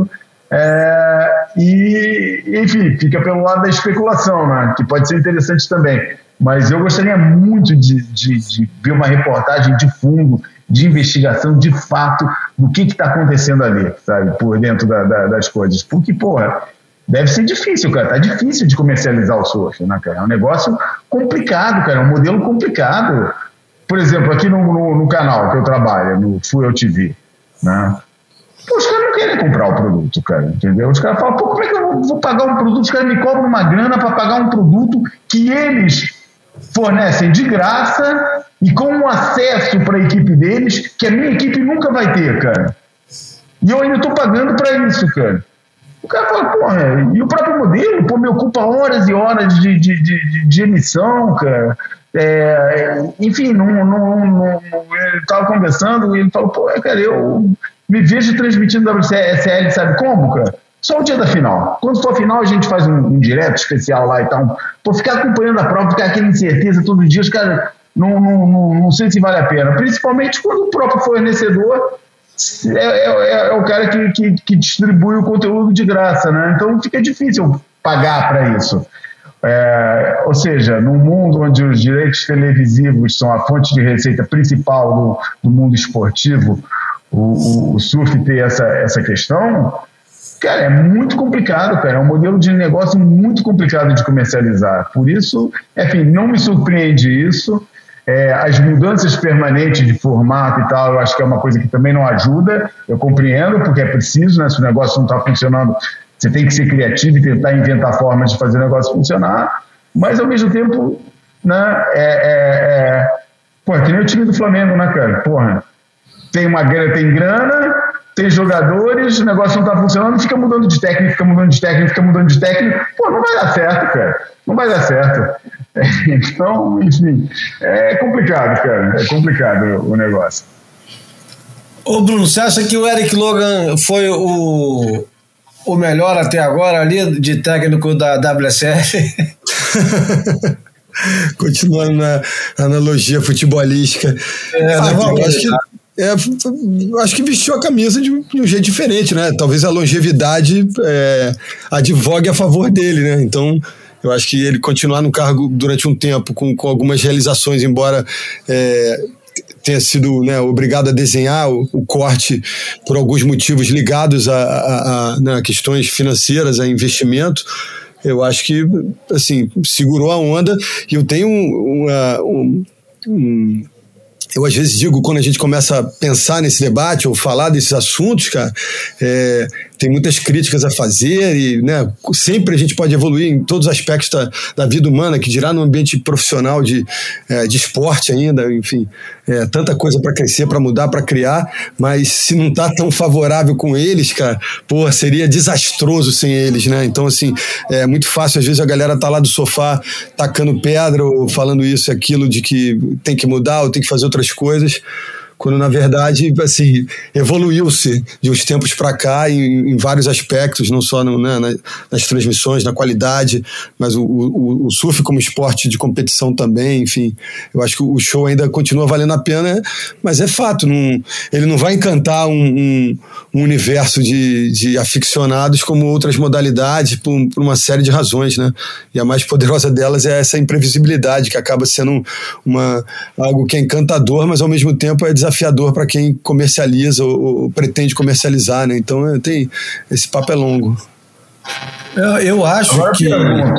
E, enfim, fica pelo lado da especulação, né? Que pode ser interessante também. Mas eu gostaria muito de ver uma reportagem de fundo, de investigação, de fato, do que está acontecendo ali, sabe? Por dentro das coisas. Porque, porra, deve ser difícil, cara. Tá difícil de comercializar o surf, né, cara? É um negócio complicado, cara. É um modelo complicado. Por exemplo, aqui no canal que eu trabalho, no Fuel TV, né? Pô, os caras não querem comprar o produto, cara, entendeu? Os caras falam, pô, como é que eu vou pagar um produto? Os caras me cobram uma grana para pagar um produto que eles fornecem de graça e com um acesso para a equipe deles que a minha equipe nunca vai ter, cara. E eu ainda estou pagando para isso, cara. O cara fala, porra, e o próprio modelo, pô, me ocupa horas e horas de emissão, cara. Enfim, ele estava conversando e ele falou, pô, cara, eu me vejo transmitindo WSL, sabe como, cara? Só o dia da final. Quando for a final, a gente faz um direto especial lá e tal. Pô, ficar acompanhando a prova, ficar aquela incerteza todos os dias, cara, não sei se vale a pena. Principalmente quando o próprio fornecedor é o cara que distribui o conteúdo de graça, né? Então fica difícil pagar para isso. Ou seja, num mundo onde os direitos televisivos são a fonte de receita principal do mundo esportivo, o surf ter essa questão, cara, é muito complicado, cara. É um modelo de negócio muito complicado de comercializar. Por isso, enfim, não me surpreende isso. As mudanças permanentes de formato e tal, eu acho que é uma coisa que também não ajuda. Eu compreendo, porque é preciso, né? Se o negócio não está funcionando, você tem que ser criativo e tentar inventar formas de fazer o negócio funcionar. Mas, ao mesmo tempo, né? Porra, que nem o time do Flamengo, né, cara? Porra, tem grana, tem jogadores, o negócio não está funcionando, fica mudando de técnico. Pô, não vai dar certo, cara. Não vai dar certo. Então, enfim, é complicado, cara. É complicado o negócio. Ô, Bruno, você acha que o Eric Logan foi o melhor até agora ali de técnico da WSL? Continuando na analogia futebolística. Acho que vestiu a camisa de um jeito diferente, né? Talvez a longevidade advogue a favor dele, né? Então, eu acho que ele continuar no cargo durante um tempo com algumas realizações, embora tenha sido, né, obrigado a desenhar o corte por alguns motivos ligados a questões financeiras, a investimento, eu acho que, assim, segurou a onda. E eu tenho eu às vezes digo, quando a gente começa a pensar nesse debate ou falar desses assuntos, cara, tem muitas críticas a fazer e, né, sempre a gente pode evoluir em todos os aspectos da vida humana, que dirá no ambiente profissional de esporte ainda, enfim, tanta coisa para crescer, para mudar, para criar, mas se não tá tão favorável com eles, cara, pô, seria desastroso sem eles, né? Então, assim, é muito fácil, às vezes a galera tá lá do sofá tacando pedra ou falando isso e aquilo de que tem que mudar ou tem que fazer outras coisas, quando na verdade, assim, evoluiu-se de uns tempos para cá em vários aspectos, não só nas transmissões, na qualidade, mas o surf como esporte de competição também, enfim, eu acho que o show ainda continua valendo a pena, mas é fato, ele não vai encantar um universo de aficionados como outras modalidades por uma série de razões, né? E a mais poderosa delas é essa imprevisibilidade, que acaba sendo algo que é encantador, mas ao mesmo tempo é desafiador para quem comercializa ou pretende comercializar, né? Então esse papo é longo. Eu acho agora que...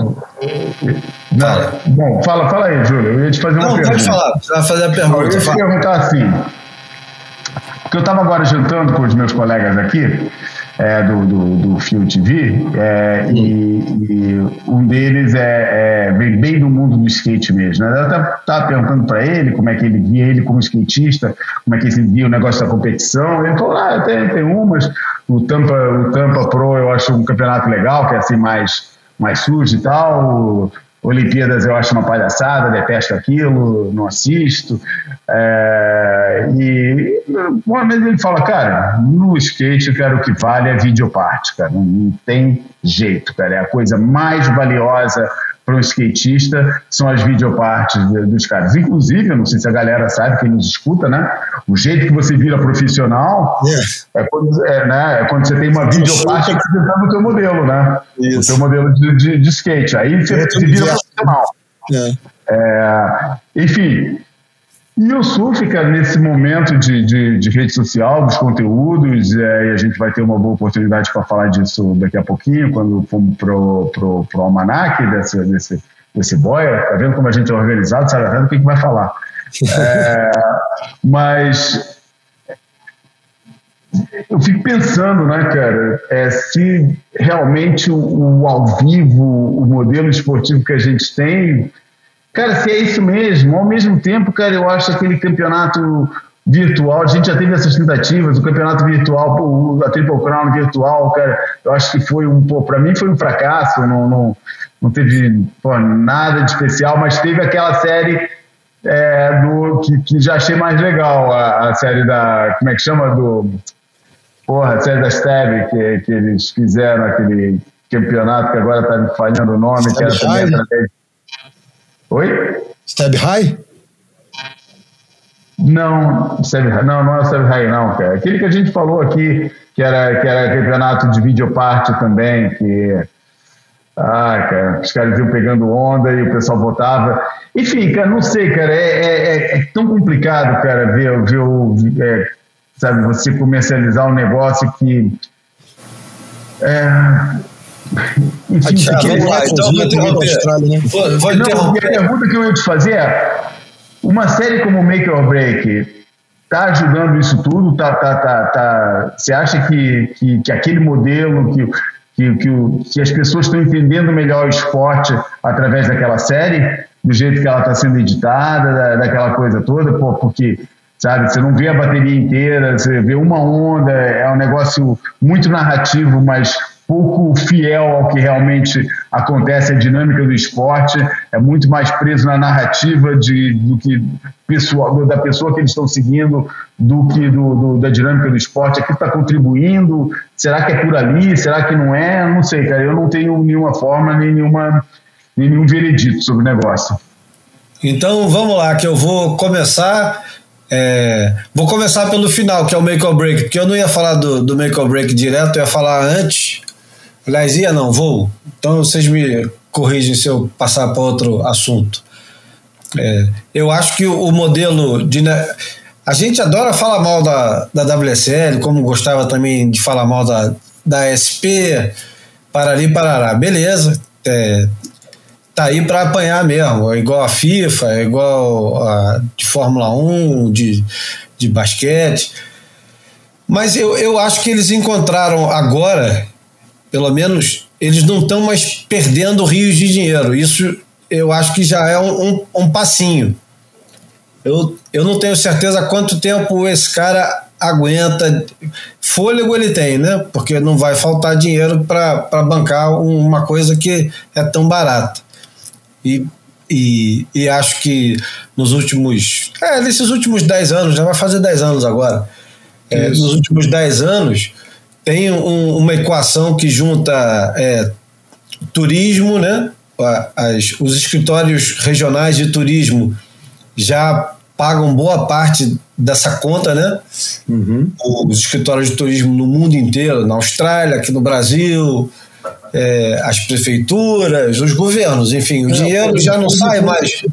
Bom, fala aí, Júlio. Eu ia te fazer uma pergunta. Não, pode falar. Você vai fazer a pergunta. Eu ia te perguntar assim, porque eu estava agora jantando com os meus colegas aqui, do Fuel TV, e um deles vem bem do mundo do skate mesmo, né? Eu estava perguntando para ele como é que ele via ele como skatista, como é que ele via o negócio da competição. Ele falou, tem umas, o Tampa Pro eu acho um campeonato legal, que é assim mais sujo e tal. Olimpíadas eu acho uma palhaçada, detesto aquilo, não assisto. E uma vez ele fala, cara, no skate, cara, o que vale é videoparte, cara, não tem jeito, cara, é a coisa mais valiosa para um skatista são as videopartes dos caras. Inclusive, eu não sei se a galera sabe, quem nos escuta, né? O jeito que você vira profissional é quando você tem uma videoparte apresentando o teu modelo, né? Isso. O teu modelo de skate. Aí você vira profissional. Enfim. E o surf, cara, nesse momento de rede social, dos conteúdos, e a gente vai ter uma boa oportunidade para falar disso daqui a pouquinho, quando formos pro almanac desse boia. Tá vendo como a gente é organizado, sabe o que vai falar. Mas eu fico pensando, né, cara, se realmente o ao vivo, o modelo esportivo que a gente tem, cara, se é isso mesmo. Ao mesmo tempo, cara, eu acho aquele campeonato virtual, a gente já teve essas tentativas, o campeonato virtual, a Triple Crown virtual, cara, eu acho que foi para mim foi um fracasso, não teve nada de especial, mas teve aquela série que já achei mais legal, a série da, como é que chama, a série da Stab, que eles fizeram aquele campeonato que agora tá me falhando o nome, Stab que era também através... Oi? Stab High? Não é o Stab High, não, cara. Aquele que a gente falou aqui, que era campeonato de videoparte também, que... cara, os caras iam pegando onda e o pessoal botava. Enfim, cara, não sei, cara, é tão complicado, cara, ver sabe, você comercializar um negócio que... Enfim, a pergunta que eu ia te fazer é: uma série como Make or Break está ajudando isso tudo? Você acha que aquele modelo, que as pessoas estão entendendo melhor o esporte através daquela série, do jeito que ela está sendo editada, daquela coisa toda? Porque, sabe, você não vê a bateria inteira, você vê uma onda, é um negócio muito narrativo, mas pouco fiel ao que realmente acontece, a dinâmica do esporte, é muito mais preso na narrativa do que da pessoa que eles estão seguindo, do que da dinâmica do esporte. Aqui está contribuindo? Será que é por ali? Será que não é? Não sei, cara, eu não tenho nenhuma forma, nem nenhum veredito sobre o negócio. Então vamos lá, que eu vou começar... vou começar pelo final, que é o Make or Break, porque eu não ia falar do Make or Break direto, eu ia falar antes. Aliás, vou. Então vocês me corrigem se eu passar para outro assunto. Eu acho que o modelo de... A gente adora falar mal da WSL, como gostava também de falar mal da SP, parari, parará. Beleza, tá aí para apanhar mesmo, é igual a FIFA, é igual a de Fórmula 1, de basquete. Mas eu acho que eles encontraram agora, pelo menos, eles não estão mais perdendo rios de dinheiro. Isso eu acho que já é um passinho. Eu não tenho certeza quanto tempo esse cara aguenta. Fôlego ele tem, né? Porque não vai faltar dinheiro para bancar uma coisa que é tão barata. E acho que nesses últimos 10 anos, já vai fazer 10 anos agora, nos últimos 10 anos, tem uma equação que junta turismo, né? Os escritórios regionais de turismo já pagam boa parte dessa conta, né? Uhum. Os escritórios de turismo no mundo inteiro, na Austrália, aqui no Brasil, as prefeituras, os governos, enfim, o dinheiro já não sai mais.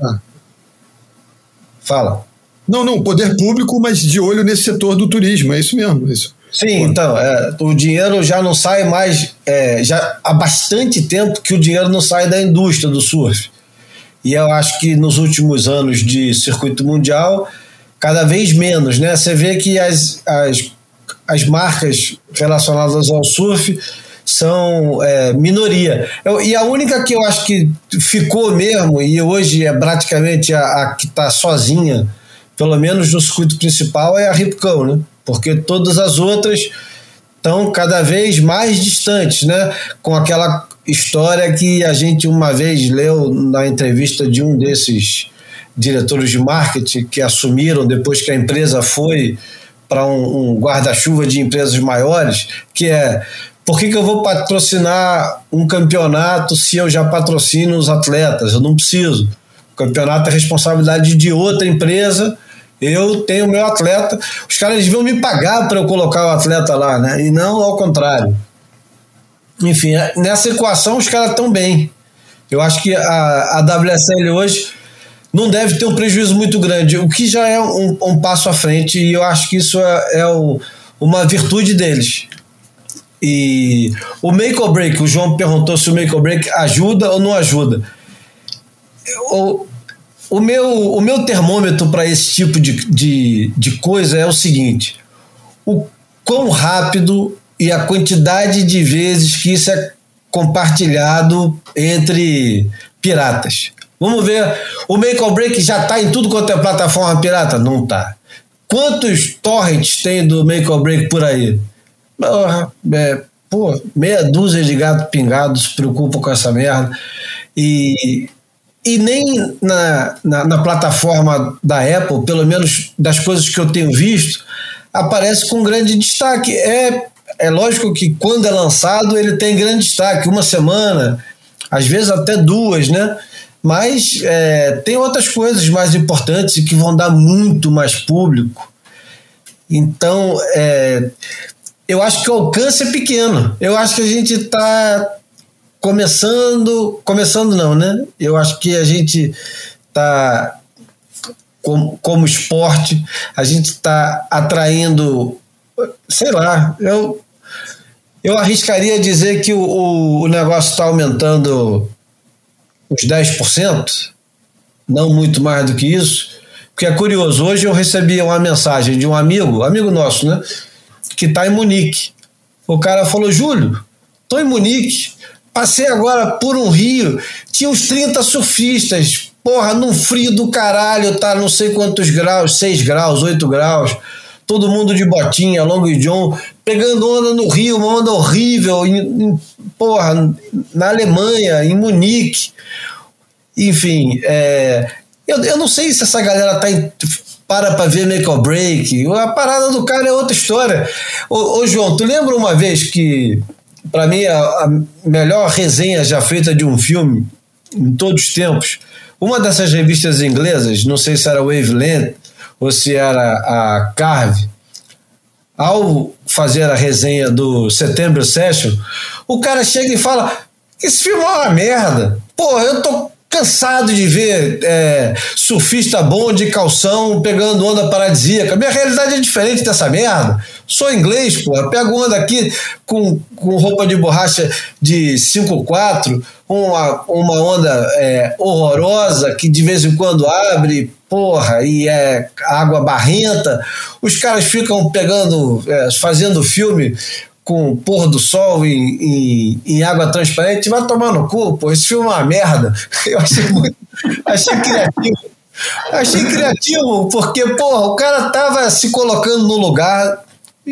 Fala. Não, poder público, mas de olho nesse setor do turismo, é isso mesmo. Isso. Sim, então, o dinheiro já não sai mais, já há bastante tempo que o dinheiro não sai da indústria do surf. E eu acho que nos últimos anos de circuito mundial, cada vez menos, né? Você vê que as marcas relacionadas ao surf são minoria. E a única que eu acho que ficou mesmo, e hoje é praticamente a que está sozinha, pelo menos no circuito principal, é a Ripcon, né? Porque todas as outras estão cada vez mais distantes, né? Com aquela história que a gente uma vez leu na entrevista de um desses diretores de marketing que assumiram depois que a empresa foi para um guarda-chuva de empresas maiores, que Por que eu vou patrocinar um campeonato se eu já patrocino os atletas? Eu não preciso. O campeonato é responsabilidade de outra empresa, eu tenho o meu atleta. Os caras deviam me pagar para eu colocar o atleta lá, né? E não ao contrário. Enfim, nessa equação os caras estão bem. Eu acho que a WSL hoje não deve ter um prejuízo muito grande, o que já é um passo à frente, e eu acho que isso é uma virtude deles. E o make or break, o João perguntou se o make or break ajuda ou não ajuda. O meu termômetro para esse tipo de coisa é o seguinte: o quão rápido e a quantidade de vezes que isso é compartilhado entre piratas. Vamos ver, o Make or Break já está em tudo quanto é plataforma pirata? Não está. Quantos torrents tem do Make or Break por aí? Meia dúzia de gato pingado se preocupam com essa merda. E nem na plataforma da Apple, pelo menos das coisas que eu tenho visto, aparece com grande destaque. É lógico que quando é lançado ele tem grande destaque, uma semana, às vezes até 2, né? Mas tem outras coisas mais importantes e que vão dar muito mais público. Então, eu acho que o alcance é pequeno. Eu acho que a gente está começando não, né? Eu acho que a gente está, como esporte, a gente está atraindo, sei lá, eu arriscaria dizer que o negócio está aumentando uns 10%, não muito mais do que isso, porque é curioso. Hoje eu recebi uma mensagem de um amigo nosso, né, que está em Munique. O cara falou: Júlio, estou em Munique, passei agora por um rio, tinha uns 30 surfistas, porra, num frio do caralho, tá não sei quantos graus, 6 graus, 8 graus, todo mundo de botinha, long john, pegando onda no rio, uma onda horrível, porra, na Alemanha, em Munique. Enfim, eu não sei se essa galera para ver make or break. A parada do cara é outra história. Ô João, tu lembra uma vez que, para mim, a melhor resenha já feita de um filme em todos os tempos, uma dessas revistas inglesas, não sei se era Wavelength ou se era a Carve, ao fazer a resenha do September Session, o cara chega e fala: esse filme é uma merda, porra, eu tô cansado de ver surfista bom de calção pegando onda paradisíaca. Minha realidade é diferente dessa merda. Sou inglês, porra, pego onda aqui com roupa de borracha de 5,4, uma onda horrorosa que de vez em quando abre, porra, e é água barrenta. Os caras ficam fazendo filme com pôr do sol em água transparente. Vai tomar no cu, pô, esse filme é uma merda. Eu achei criativo. Achei criativo, porque, porra, o cara tava se colocando no lugar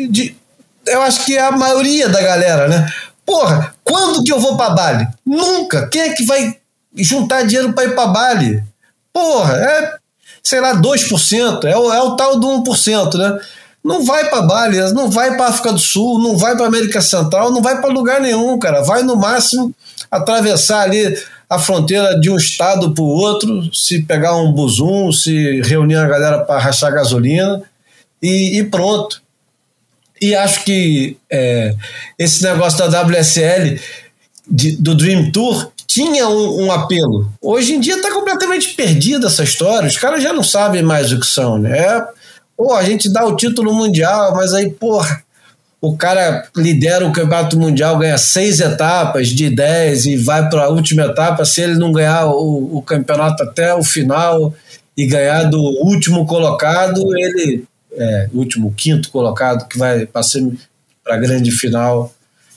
eu acho que é a maioria da galera, né? Porra, quando que eu vou pra Bali? Nunca. Quem é que vai juntar dinheiro pra ir pra Bali? Porra, sei lá, 2%, é o tal do 1%, né? Não vai para Bali, não vai para África do Sul, não vai para América Central, não vai para lugar nenhum, cara. Vai no máximo atravessar ali a fronteira de um estado para o outro, se pegar um busum, se reunir a galera para rachar gasolina e pronto. E acho que esse negócio da WSL, do Dream Tour, tinha um apelo. Hoje em dia está completamente perdida essa história, os caras já não sabem mais o que são, né? A gente dá o título mundial, mas aí, porra, o cara lidera o campeonato mundial, ganha 6 etapas de 10 e vai para a última etapa. Se ele não ganhar o campeonato até o final e ganhar do último colocado, último, quinto colocado, que vai passar para a grande final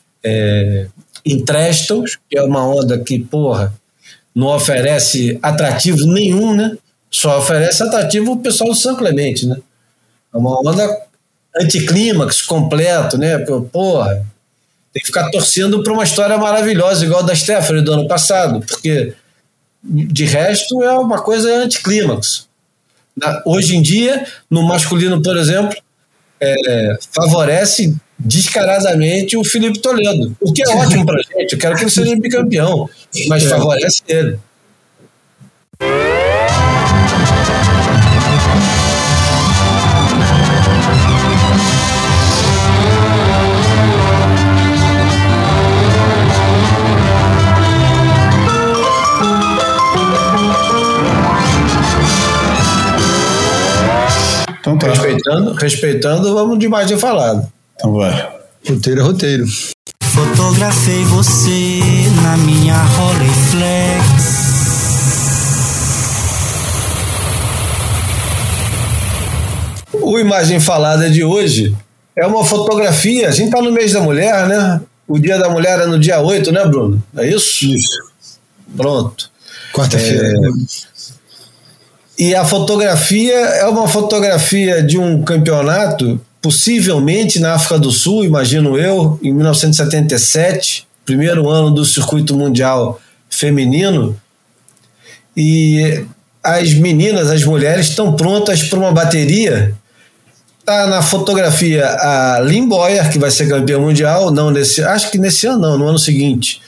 em Trestles, que é uma onda que, porra, não oferece atrativo nenhum, né? Só oferece atrativo o pessoal do São Clemente, né? É uma onda anticlímax completo, né? Porra, tem que ficar torcendo para uma história maravilhosa, igual a da Stephanie do ano passado, porque de resto é uma coisa anticlímax. Hoje em dia, no masculino, por exemplo, favorece descaradamente o Felipe Toledo, o que é ótimo pra gente. Eu quero que ele seja bicampeão, mas favorece ele. Então tá. Respeitando, vamos de mais de falado. Então vai. Roteiro é roteiro. Fotografei você na minha Rolleiflex. O Imagem Falada de hoje é uma fotografia. A gente tá no mês da mulher, né? O dia da mulher é no dia 8, né, Bruno? É isso? Isso. Pronto. Quarta-feira. E a fotografia é uma fotografia de um campeonato, possivelmente na África do Sul, imagino eu, em 1977, primeiro ano do circuito mundial feminino. E as meninas, as mulheres, estão prontas para uma bateria. Está na fotografia a Lynn Boyer, que vai ser campeã mundial, acho que nesse ano não, no ano seguinte.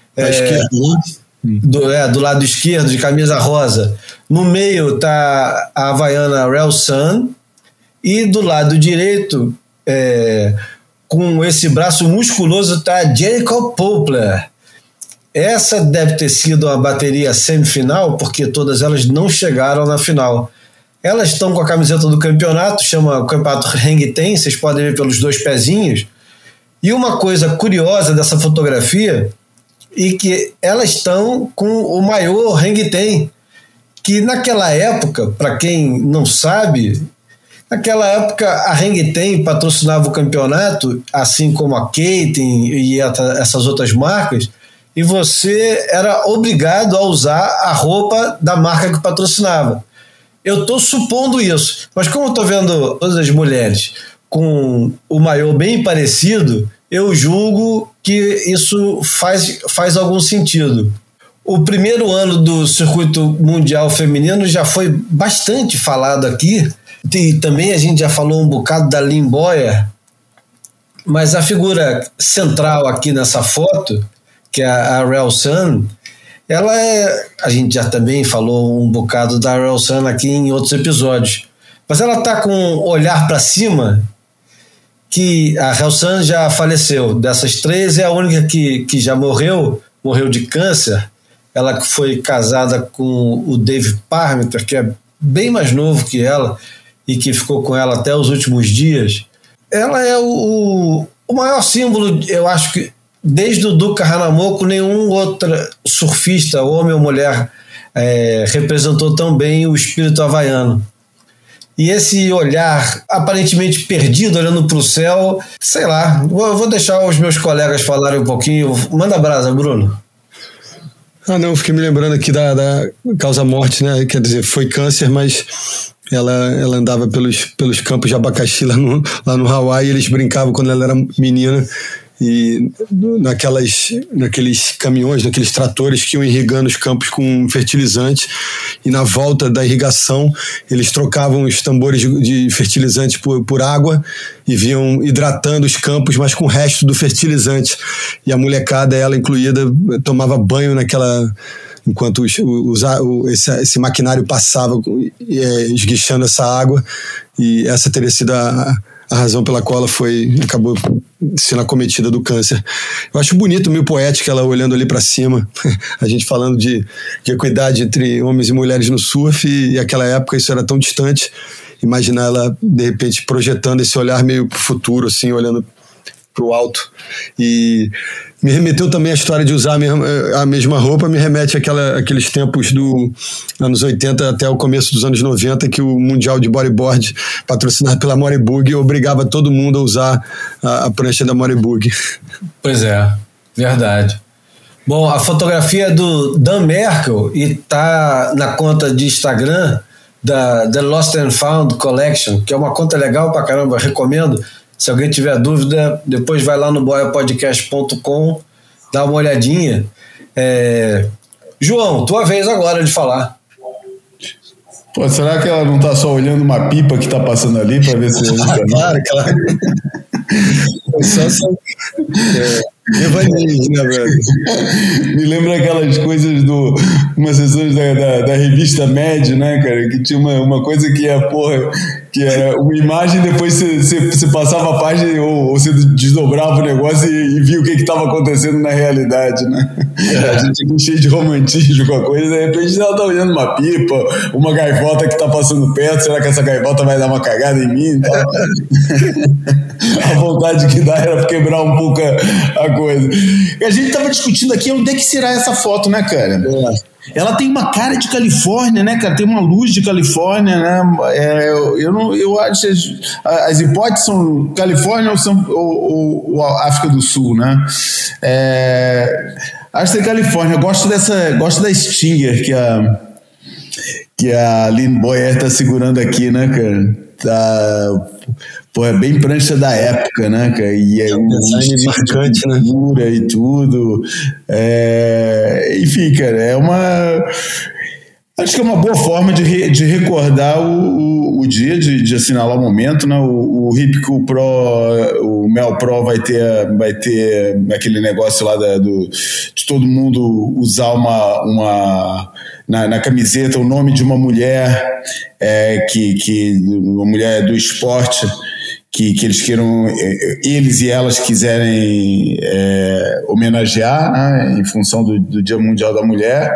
Do lado esquerdo, de camisa rosa. No meio está a havaiana Rel Sun, e do lado direito, com esse braço musculoso, está Jacob Poplar. Essa deve ter sido a bateria semifinal, porque todas elas não chegaram na final. Elas estão com a camiseta do campeonato, chama o campeonato Hang Ten, vocês podem ver pelos dois pezinhos. E uma coisa curiosa dessa fotografia é que elas estão com o maiô Hang Ten, que naquela época, para quem não sabe, naquela época a Hang Ten patrocinava o campeonato, assim como a Keiten e essas outras marcas, e você era obrigado a usar a roupa da marca que patrocinava. Eu estou supondo isso, mas como eu estou vendo todas as mulheres com o maiô bem parecido, eu julgo que isso faz algum sentido. O primeiro ano do circuito mundial feminino já foi bastante falado aqui, e também a gente já falou um bocado da Lynn Boyer, mas a figura central aqui nessa foto, que é a Rel Sun, a gente já também falou um bocado da Rel Sun aqui em outros episódios, mas ela está com um olhar para cima, que a Rel Sun já faleceu. Dessas três é a única que já morreu de câncer. Ela foi casada com o Dave Parmenter, que é bem mais novo que ela e que ficou com ela até os últimos dias. Ela é o maior símbolo, eu acho que desde o Duka Hanamoku, nenhum outro surfista, homem ou mulher, representou tão bem o espírito havaiano. E esse olhar aparentemente perdido, olhando para o céu, sei lá, vou deixar os meus colegas falarem um pouquinho. Manda brasa, Bruno. Não, fiquei me lembrando aqui da causa-morte, né? Quer dizer, foi câncer, mas ela andava pelos campos de abacaxi lá no Hawaii, e eles brincavam quando ela era menina, e naqueles caminhões, naqueles tratores que iam irrigando os campos com fertilizante, e na volta da irrigação eles trocavam os tambores de fertilizante por água e vinham hidratando os campos, mas com o resto do fertilizante, e a molecada, ela incluída, tomava banho enquanto esse maquinário passava esguichando essa água, e essa teria sido a razão pela qual ela acabou sendo acometida do câncer. Eu acho bonito, meio poética, ela olhando ali para cima, a gente falando de equidade entre homens e mulheres no surf, e naquela época isso era tão distante. Imaginar ela, de repente, projetando esse olhar meio pro futuro, assim, olhando pro alto. E me remeteu também a história de usar a mesma roupa, me remete àqueles tempos dos anos 80 até o começo dos anos 90, que o Mundial de Bodyboard, patrocinado pela Moribug, obrigava todo mundo a usar a prancha da Moribug. Pois é, verdade. Bom, a fotografia é do Dan Merkel e tá na conta de Instagram da The Lost and Found Collection, que é uma conta legal pra caramba, recomendo. Se alguém tiver dúvida, depois vai lá no boiapodcast.com, dá uma olhadinha. João, tua vez agora de falar. Pô, será que ela não tá só olhando uma pipa que tá passando ali para ver se... Claro. Evangelho, né, velho? Me lembra aquelas coisas umas sessões da revista Mad, né, cara? Que tinha uma coisa que que era uma imagem, depois você passava a página ou você desdobrava o negócio e via o que estava acontecendo na realidade, né? A gente aqui cheio de romantismo com a coisa, de repente ela tá olhando uma pipa, uma gaivota que tá passando perto, será que essa gaivota vai dar uma cagada em mim? Então, a vontade que dá era quebrar um pouco a coisa. E a gente tava discutindo aqui onde é que será essa foto, né, cara? Ela tem uma cara de Califórnia, né, cara? Tem uma luz de Califórnia, né? Eu acho que as hipóteses são Califórnia ou África do Sul, né? Acho que é Califórnia. Eu gosto da Stinger que a Lynn Boyer tá segurando aqui, né, cara? É bem prancha da época, né, cara? E é um design marcante, né? E tudo. Enfim, cara, acho que é uma boa forma de recordar o dia, de assinalar o momento, né? O Hip Cool Pro, o Mel Pro vai ter aquele negócio lá de todo mundo usar na camiseta o nome de uma mulher, uma mulher do esporte, que eles queiram, eles e elas quiserem homenagear, né, em função do Dia Mundial da Mulher.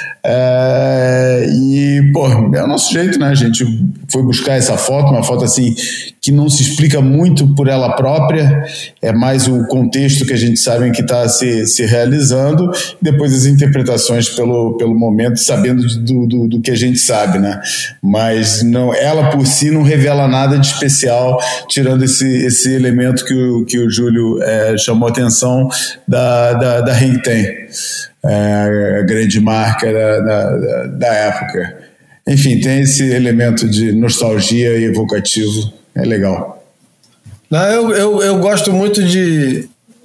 É o nosso jeito, né? A gente foi buscar essa foto, uma foto assim que não se explica muito por ela própria, é mais o contexto que a gente sabe que está se realizando, depois as interpretações pelo momento, sabendo do que a gente sabe, né? Mas não, ela por si não revela nada de especial, tirando esse elemento que o Júlio chamou a atenção da Hang-Ten, a grande marca da época. Enfim, tem esse elemento de nostalgia e evocativo, é legal. Não, eu gosto muito de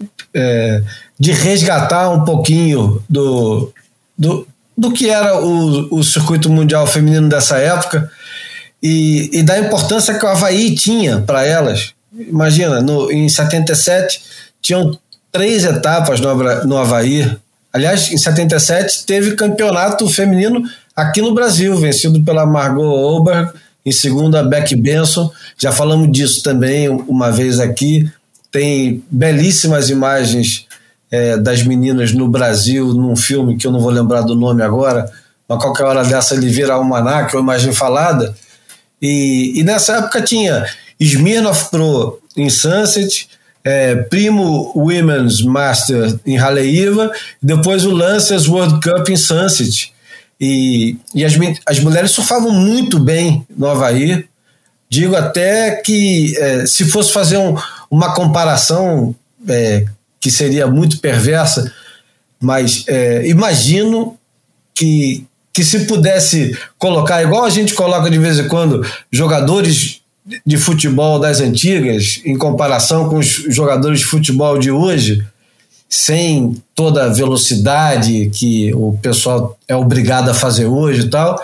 resgatar um pouquinho do que era o circuito mundial feminino dessa época e da importância que o Havaí tinha para elas. Imagina, em 77 tinham 3 etapas no Havaí. Aliás, em 77 teve campeonato feminino aqui no Brasil, vencido pela Margot Oberg, em segunda Becky Benson. Já falamos disso também uma vez aqui. Tem belíssimas imagens das meninas no Brasil, num filme que eu não vou lembrar do nome agora, mas qualquer hora dessa ele vira almanaque ou imagem falada. E nessa época tinha Smirnoff Pro em Sunset, Primo Women's Master em Haleiwa, depois o Lancers World Cup em Sunset. E as mulheres surfavam muito bem no Havaí. Digo até que se fosse fazer uma comparação que seria muito perversa, mas imagino que se pudesse colocar, igual a gente coloca de vez em quando, jogadores de futebol das antigas em comparação com os jogadores de futebol de hoje, sem toda a velocidade que o pessoal é obrigado a fazer hoje e tal,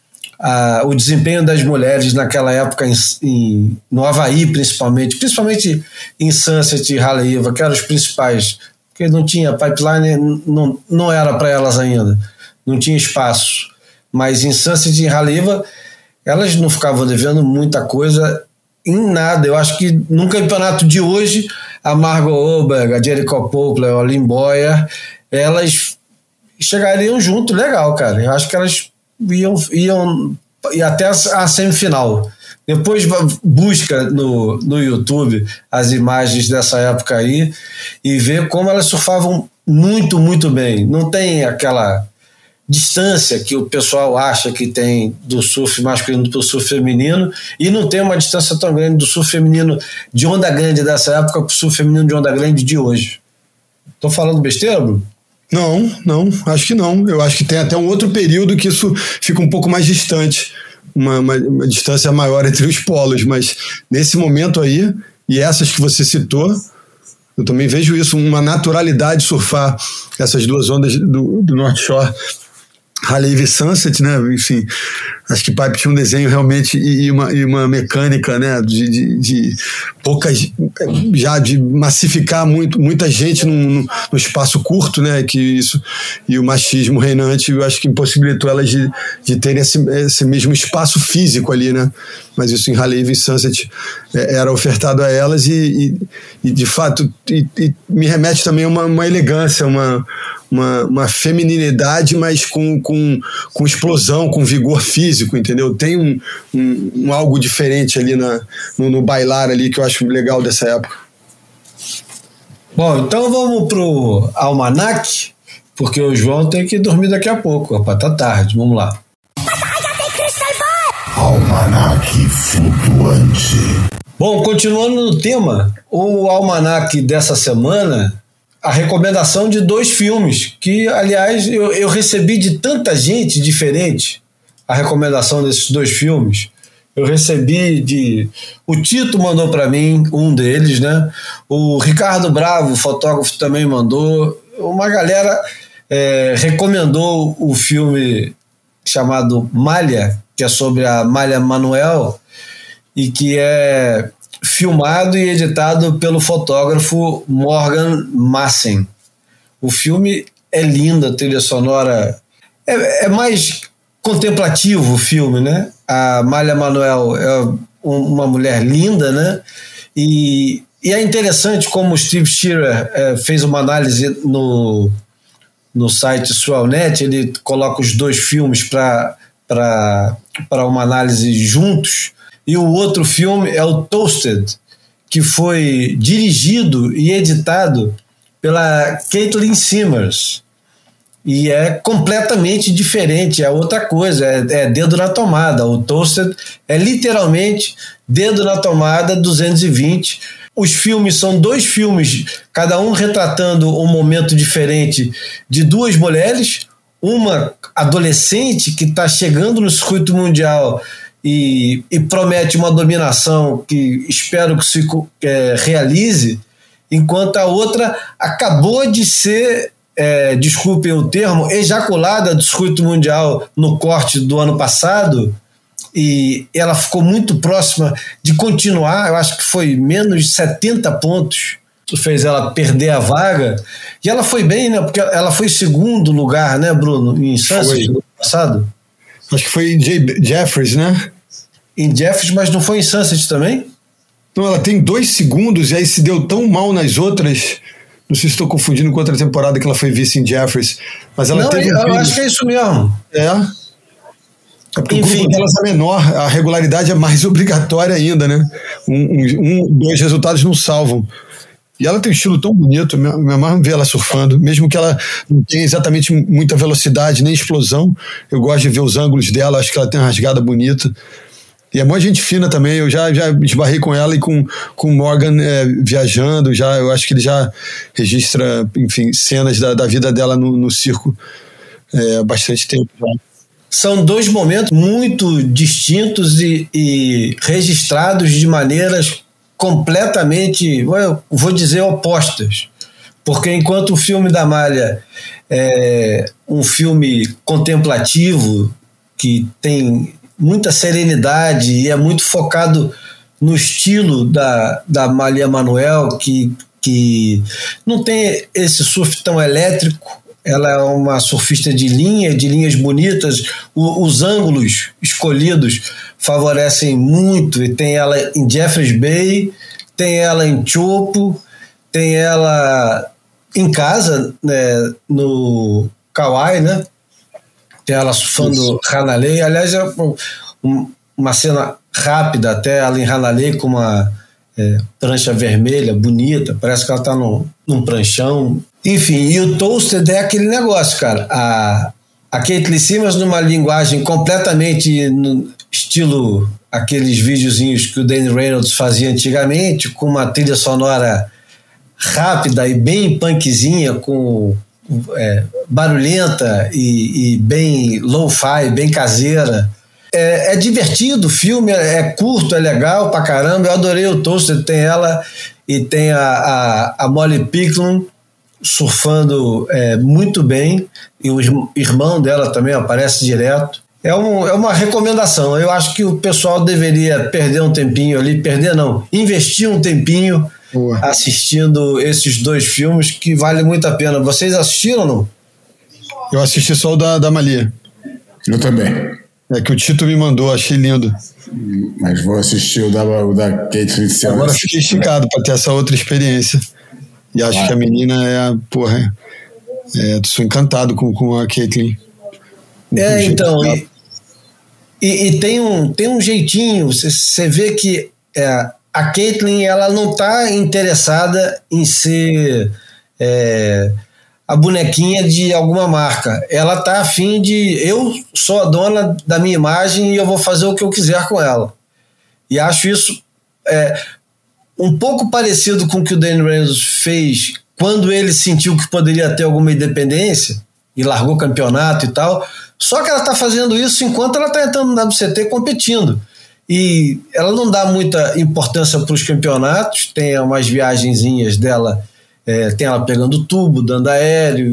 o desempenho das mulheres naquela época no Havaí principalmente em Sunset e Haleiwa, que eram os principais, porque não tinha pipeline, não era para elas ainda, não tinha espaço, mas em Sunset e Haleiwa elas não ficavam devendo muita coisa em nada. Eu acho que num campeonato de hoje, a Margot Oberg, a Jericho Poplar, a Lynn Boyer, elas chegariam junto, legal, cara. Eu acho que elas iam até a semifinal. Depois busca no YouTube as imagens dessa época aí e vê como elas surfavam muito, muito bem. Não tem aquela distância que o pessoal acha que tem do surf masculino para o surf feminino, e não tem uma distância tão grande do surf feminino de onda grande dessa época para o surf feminino de onda grande de hoje. Estou falando besteira, Bruno? Não, acho que não. Eu acho que tem até um outro período que isso fica um pouco mais distante, uma distância maior entre os polos, mas nesse momento aí, e essas que você citou, eu também vejo isso, uma naturalidade de surfar essas duas ondas do North Shore, Haleiwa e Sunset, né? Enfim, Acho que Pipe tinha um desenho realmente e uma mecânica, né, de poucas, já de massificar muita gente num espaço curto, né, que isso, e o machismo reinante, eu acho que impossibilitou elas de terem esse mesmo espaço físico ali, né, mas isso em Half-Life Sunset era ofertado a elas e de fato me remete também a uma elegância, uma femininidade, mas com explosão, com vigor físico, entendeu? Tem um algo diferente ali no bailar ali que eu acho legal dessa época. Bom, então vamos pro almanac, porque o João tem que dormir daqui a pouco, rapaz, tá tarde, vamos lá. Almanac flutuante. Bom, continuando no tema, o almanac dessa semana, a recomendação de 2 filmes, que, aliás, eu recebi de tanta gente diferente a recomendação desses 2 filmes. Eu recebi o Tito mandou para mim um deles, né? O Ricardo Bravo, fotógrafo, também mandou. Uma galera recomendou o filme chamado Malha, que é sobre a Malha Manuel, e que é filmado e editado pelo fotógrafo Morgan Massen. O filme é lindo, a trilha sonora é mais contemplativo o filme, né? A Malha Manuel é uma mulher linda, né? E é interessante como o Steve Shearer fez uma análise no site Swellnet, ele coloca os 2 filmes para uma análise juntos. E o outro filme é o Toasted, que foi dirigido e editado pela Caitlin Simmers. E é completamente diferente, é outra coisa, é dedo na tomada. O Toasted é literalmente dedo na tomada 220. Os filmes são 2 filmes, cada um retratando um momento diferente de 2 mulheres, uma adolescente que está chegando no circuito mundial e promete uma dominação que espero que se realize, enquanto a outra acabou de ser, desculpem o termo, ejaculada do circuito mundial no corte do ano passado, e ela ficou muito próxima de continuar. Eu acho que foi menos de 70 pontos, isso fez ela perder a vaga, e ela foi bem, né, porque ela foi 2º lugar, né, Bruno, em Sunset no ano passado. Acho que foi em Jeffries, né? Em Jeffries, mas não foi em Sunset também? Não, ela tem 2 segundos e aí se deu tão mal nas outras. Não sei se estou confundindo com outra temporada que ela foi vice em Jeffries. Mas ela teve. Eu acho que é isso mesmo. É porque o grupo delas é menor, a regularidade é mais obrigatória ainda, né? 2 resultados não salvam. E ela tem um estilo tão bonito, me amarro ver ela surfando, mesmo que ela não tenha exatamente muita velocidade nem explosão. Eu gosto de ver os ângulos dela, acho que ela tem uma rasgada bonita. E é uma gente fina também, eu já esbarrei com ela e com o Morgan viajando, eu acho que ele já registra, enfim, cenas da vida dela no circo há bastante tempo já. São 2 momentos muito distintos e registrados de maneiras completamente, vou dizer, opostas. Porque enquanto o filme da Malha é um filme contemplativo, que tem muita serenidade e é muito focado no estilo da Malha Manuel, que não tem esse surf tão elétrico. Ela é uma surfista de linhas bonitas, os ângulos escolhidos favorecem muito, e tem ela em Jeffreys Bay, tem ela em Chopo, tem ela em casa, né, no Kauai, né? Tem ela surfando Hanalei. Aliás, é uma cena rápida até, ela em Hanalei com uma prancha vermelha, bonita, parece que ela está num pranchão. Enfim, e o Toasted é aquele negócio, cara. A Caitlin Simmers numa linguagem completamente no estilo aqueles videozinhos que o Danny Reynolds fazia antigamente, com uma trilha sonora rápida e bem punkzinha, com barulhenta e bem lo-fi, bem caseira. É divertido o filme, é curto, é legal pra caramba. Eu adorei o Toasted, tem ela e tem a Molly Picklum surfando muito bem, e o irmão dela também aparece direto. é uma recomendação. Eu acho que o pessoal deveria perder um tempinho ali, investir um tempinho assistindo esses 2 filmes que vale muito a pena. Vocês assistiram ou não? Eu assisti só o da Malia. Eu também. É que o Tito me mandou, achei lindo. Mas vou assistir o da Caitlyn Stewart. Agora fiquei esticado para ter essa outra experiência. E acho que a menina sou encantado com a Caitlyn. Então, e tem um jeitinho, você vê que a Caitlyn, ela não está interessada em ser a bonequinha de alguma marca. Ela está afim de, eu sou a dona da minha imagem e eu vou fazer o que eu quiser com ela. E acho isso um pouco parecido com o que o Dane Reynolds fez quando ele sentiu que poderia ter alguma independência e largou o campeonato e tal. Só que ela está fazendo isso enquanto ela está entrando no WCT competindo. E ela não dá muita importância para os campeonatos, tem umas viagenzinhas dela, tem ela pegando tubo, dando aéreo,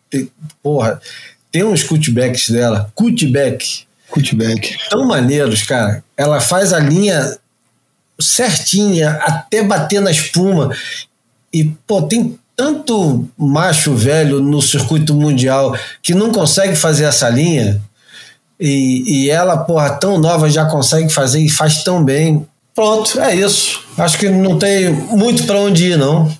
tem uns cutbacks dela, cutback tão maneiros, cara. Ela faz a linha certinha até bater na espuma e, tem tanto macho velho no circuito mundial que não consegue fazer essa linha e ela, tão nova já consegue fazer e faz tão bem. Pronto, é isso. Acho que não tem muito para onde ir, não.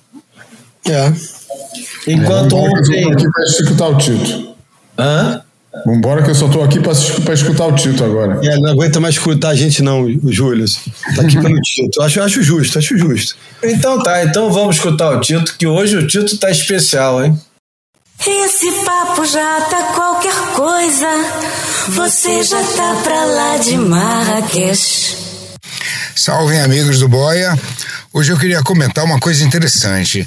Enquanto ontem... Eu tô aqui para escutar o Tito. Vambora que eu só tô aqui para escutar o Tito agora. Não aguenta mais escutar a gente não, o Júlio. Tá aqui pelo Tito. Acho justo. Então tá, então vamos escutar o Tito, que hoje o Tito tá especial, hein? Esse papo já tá qualquer coisa, você já tá pra lá de Marrakech. Salve, amigos do Boia. Hoje eu queria comentar uma coisa interessante.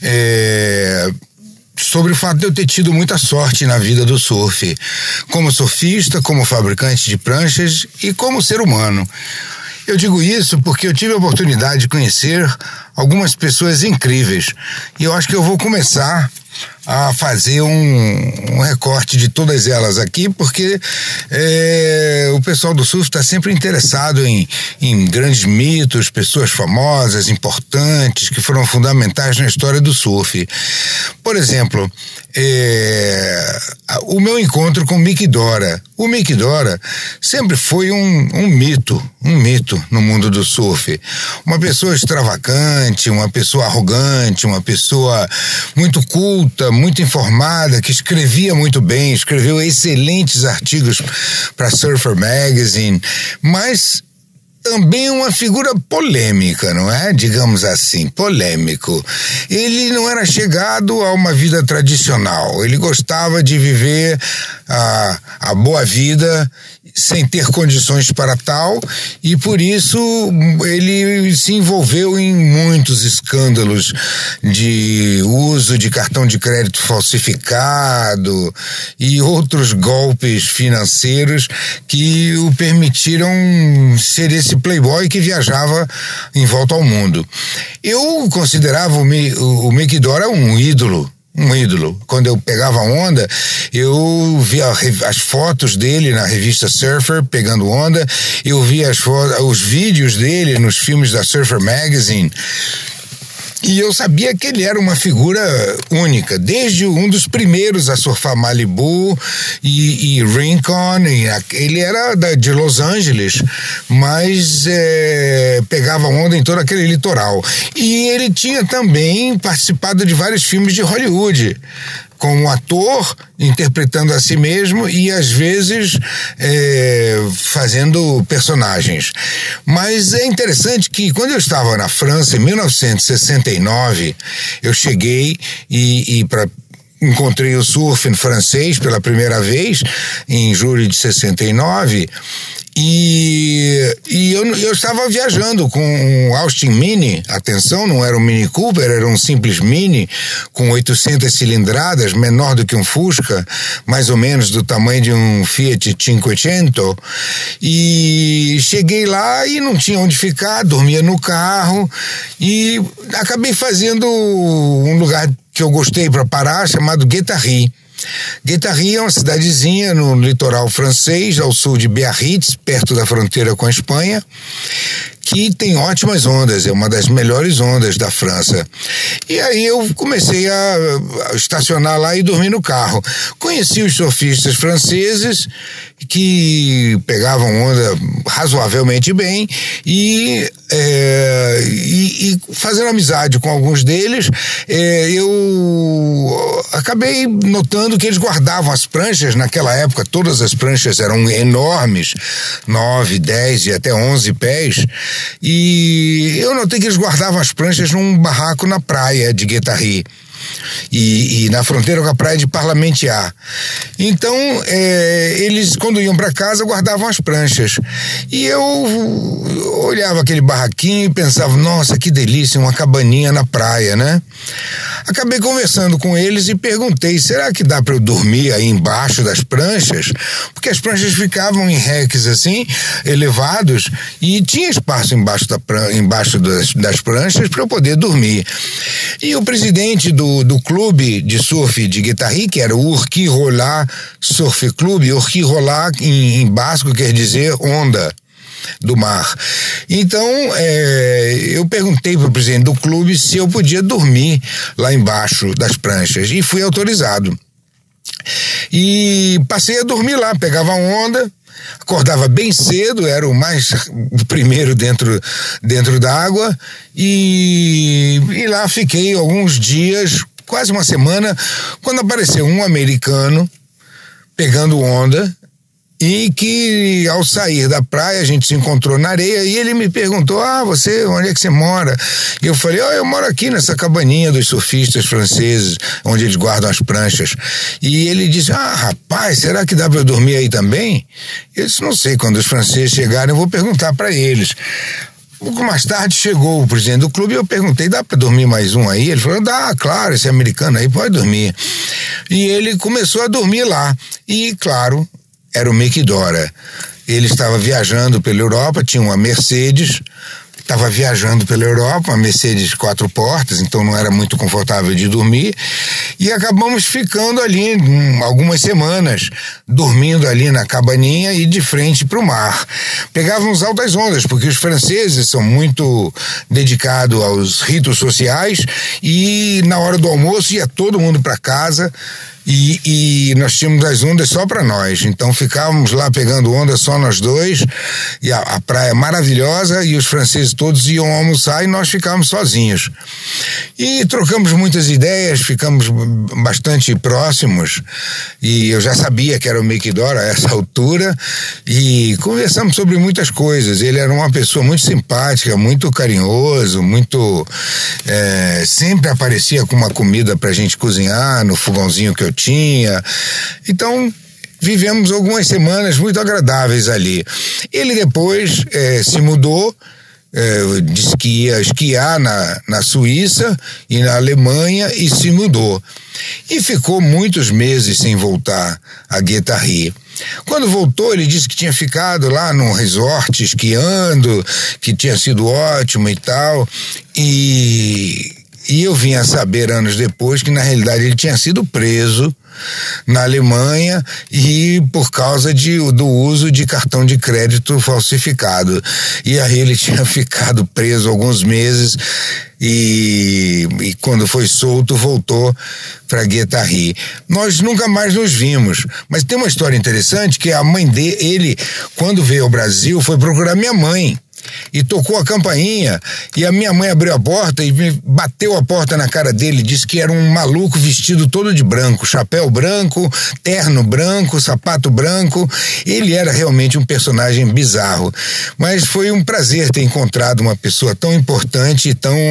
Sobre o fato de eu ter tido muita sorte na vida do surf, como surfista, como fabricante de pranchas e como ser humano. Eu digo isso porque eu tive a oportunidade de conhecer algumas pessoas incríveis e eu acho que eu vou começar a fazer um recorte de todas elas aqui, porque o pessoal do surf está sempre interessado em grandes mitos, pessoas famosas, importantes, que foram fundamentais na história do surf. Por exemplo, o meu encontro com o Mick Dora. O Mick Dora sempre foi um mito no mundo do surf. Uma pessoa extravagante, uma pessoa arrogante, uma pessoa muito culta, muito informada, que escrevia muito bem, escreveu excelentes artigos para Surfer Magazine, mas também uma figura polêmica, não é? Digamos assim, polêmico. Ele não era chegado a uma vida tradicional, ele gostava de viver a boa vida sem ter condições para tal, e por isso ele se envolveu em muitos escândalos de uso de cartão de crédito falsificado e outros golpes financeiros que o permitiram ser esse playboy que viajava em volta ao mundo. Eu considerava o Mick Dora um ídolo. Quando eu pegava onda, eu via as fotos dele na revista Surfer pegando onda, eu via os vídeos dele nos filmes da Surfer Magazine, e eu sabia que ele era uma figura única, desde um dos primeiros a surfar Malibu e Rincon. Ele era de Los Angeles, mas pegava onda em todo aquele litoral. E ele tinha também participado de vários filmes de Hollywood, como ator, interpretando a si mesmo e às vezes fazendo personagens. Mas é interessante que quando eu estava na França em 1969, eu cheguei e encontrei o surf francês pela primeira vez em julho de 69. E eu estava viajando com um Austin Mini, atenção, não era um Mini Cooper, era um simples Mini com 800 cilindradas, menor do que um Fusca, mais ou menos do tamanho de um Fiat 500, e cheguei lá e não tinha onde ficar, dormia no carro e acabei fazendo um lugar que eu gostei para parar, chamado Guattari. Guétary é uma cidadezinha no litoral francês, ao sul de Biarritz, perto da fronteira com a Espanha, que tem ótimas ondas, é uma das melhores ondas da França. E aí eu comecei a estacionar lá e dormir no carro. Conheci os surfistas franceses que pegavam onda razoavelmente bem e fazendo amizade com alguns deles, eu acabei notando que eles guardavam as pranchas. Naquela época todas as pranchas eram enormes, 9, 10 e até 11 pés, e eu notei que eles guardavam as pranchas num barraco na praia de Guétary e na fronteira com a praia de Parlementier. Então eles, quando iam para casa, guardavam as pranchas, e eu olhava aquele barraquinho e pensava, nossa, que delícia, uma cabaninha na praia, né? Acabei conversando com eles e perguntei, será que dá para eu dormir aí embaixo das pranchas? Porque as pranchas ficavam em reques assim, elevados, e tinha espaço embaixo das pranchas para eu poder dormir. E o presidente do clube de surf de Guétary, que era o Urquí Rolat Surf Club, Urquí Rolat em basco quer dizer onda do mar. Então eu perguntei para o presidente do clube se eu podia dormir lá embaixo das pranchas, e fui autorizado. E passei a dormir lá, pegava onda, acordava bem cedo, era o primeiro dentro d'água, e lá fiquei alguns dias, quase uma semana, quando apareceu um americano pegando onda, e que ao sair da praia a gente se encontrou na areia e ele me perguntou, onde é que você mora? E eu falei, eu moro aqui nessa cabaninha dos surfistas franceses, onde eles guardam as pranchas. E ele disse, rapaz, será que dá para eu dormir aí também? Eu disse, não sei, quando os franceses chegarem eu vou perguntar para eles. Pouco mais tarde chegou o presidente do clube e eu perguntei, dá para dormir mais um aí? Ele falou, dá, claro, esse americano aí pode dormir. E ele começou a dormir lá, e claro, era o Mick Dora. Ele estava viajando pela Europa, tinha uma Mercedes, estava viajando pela Europa, uma Mercedes 4 portas, então não era muito confortável de dormir, e acabamos ficando ali algumas semanas, dormindo ali na cabaninha e de frente para o mar. Pegávamos altas ondas, porque os franceses são muito dedicados aos ritos sociais, e na hora do almoço ia todo mundo para casa, e nós tínhamos as ondas só para nós, então ficávamos lá pegando onda só nós dois, e a praia maravilhosa, e os franceses todos iam almoçar e nós ficávamos sozinhos. E trocamos muitas ideias, ficamos bastante próximos, e eu já sabia que era o Mick Dora a essa altura, e conversamos sobre muitas coisas. Ele era uma pessoa muito simpática, muito carinhoso, muito sempre aparecia com uma comida pra gente cozinhar no fogãozinho que eu tinha. Então vivemos algumas semanas muito agradáveis ali. Ele depois se mudou, disse que ia esquiar na Suíça e na Alemanha, e se mudou. E ficou muitos meses sem voltar a Guétary. Quando voltou, ele disse que tinha ficado lá num resort esquiando, que tinha sido ótimo e tal, e eu vim a saber anos depois que na realidade ele tinha sido preso na Alemanha, e por causa do uso de cartão de crédito falsificado. E aí ele tinha ficado preso alguns meses e quando foi solto voltou para Guétary. Nós nunca mais nos vimos, mas tem uma história interessante, que a mãe dele, quando veio ao Brasil, foi procurar minha mãe e tocou a campainha, e a minha mãe abriu a porta e bateu a porta na cara dele, disse que era um maluco vestido todo de branco, chapéu branco, terno branco, sapato branco. Ele era realmente um personagem bizarro, mas foi um prazer ter encontrado uma pessoa tão importante e tão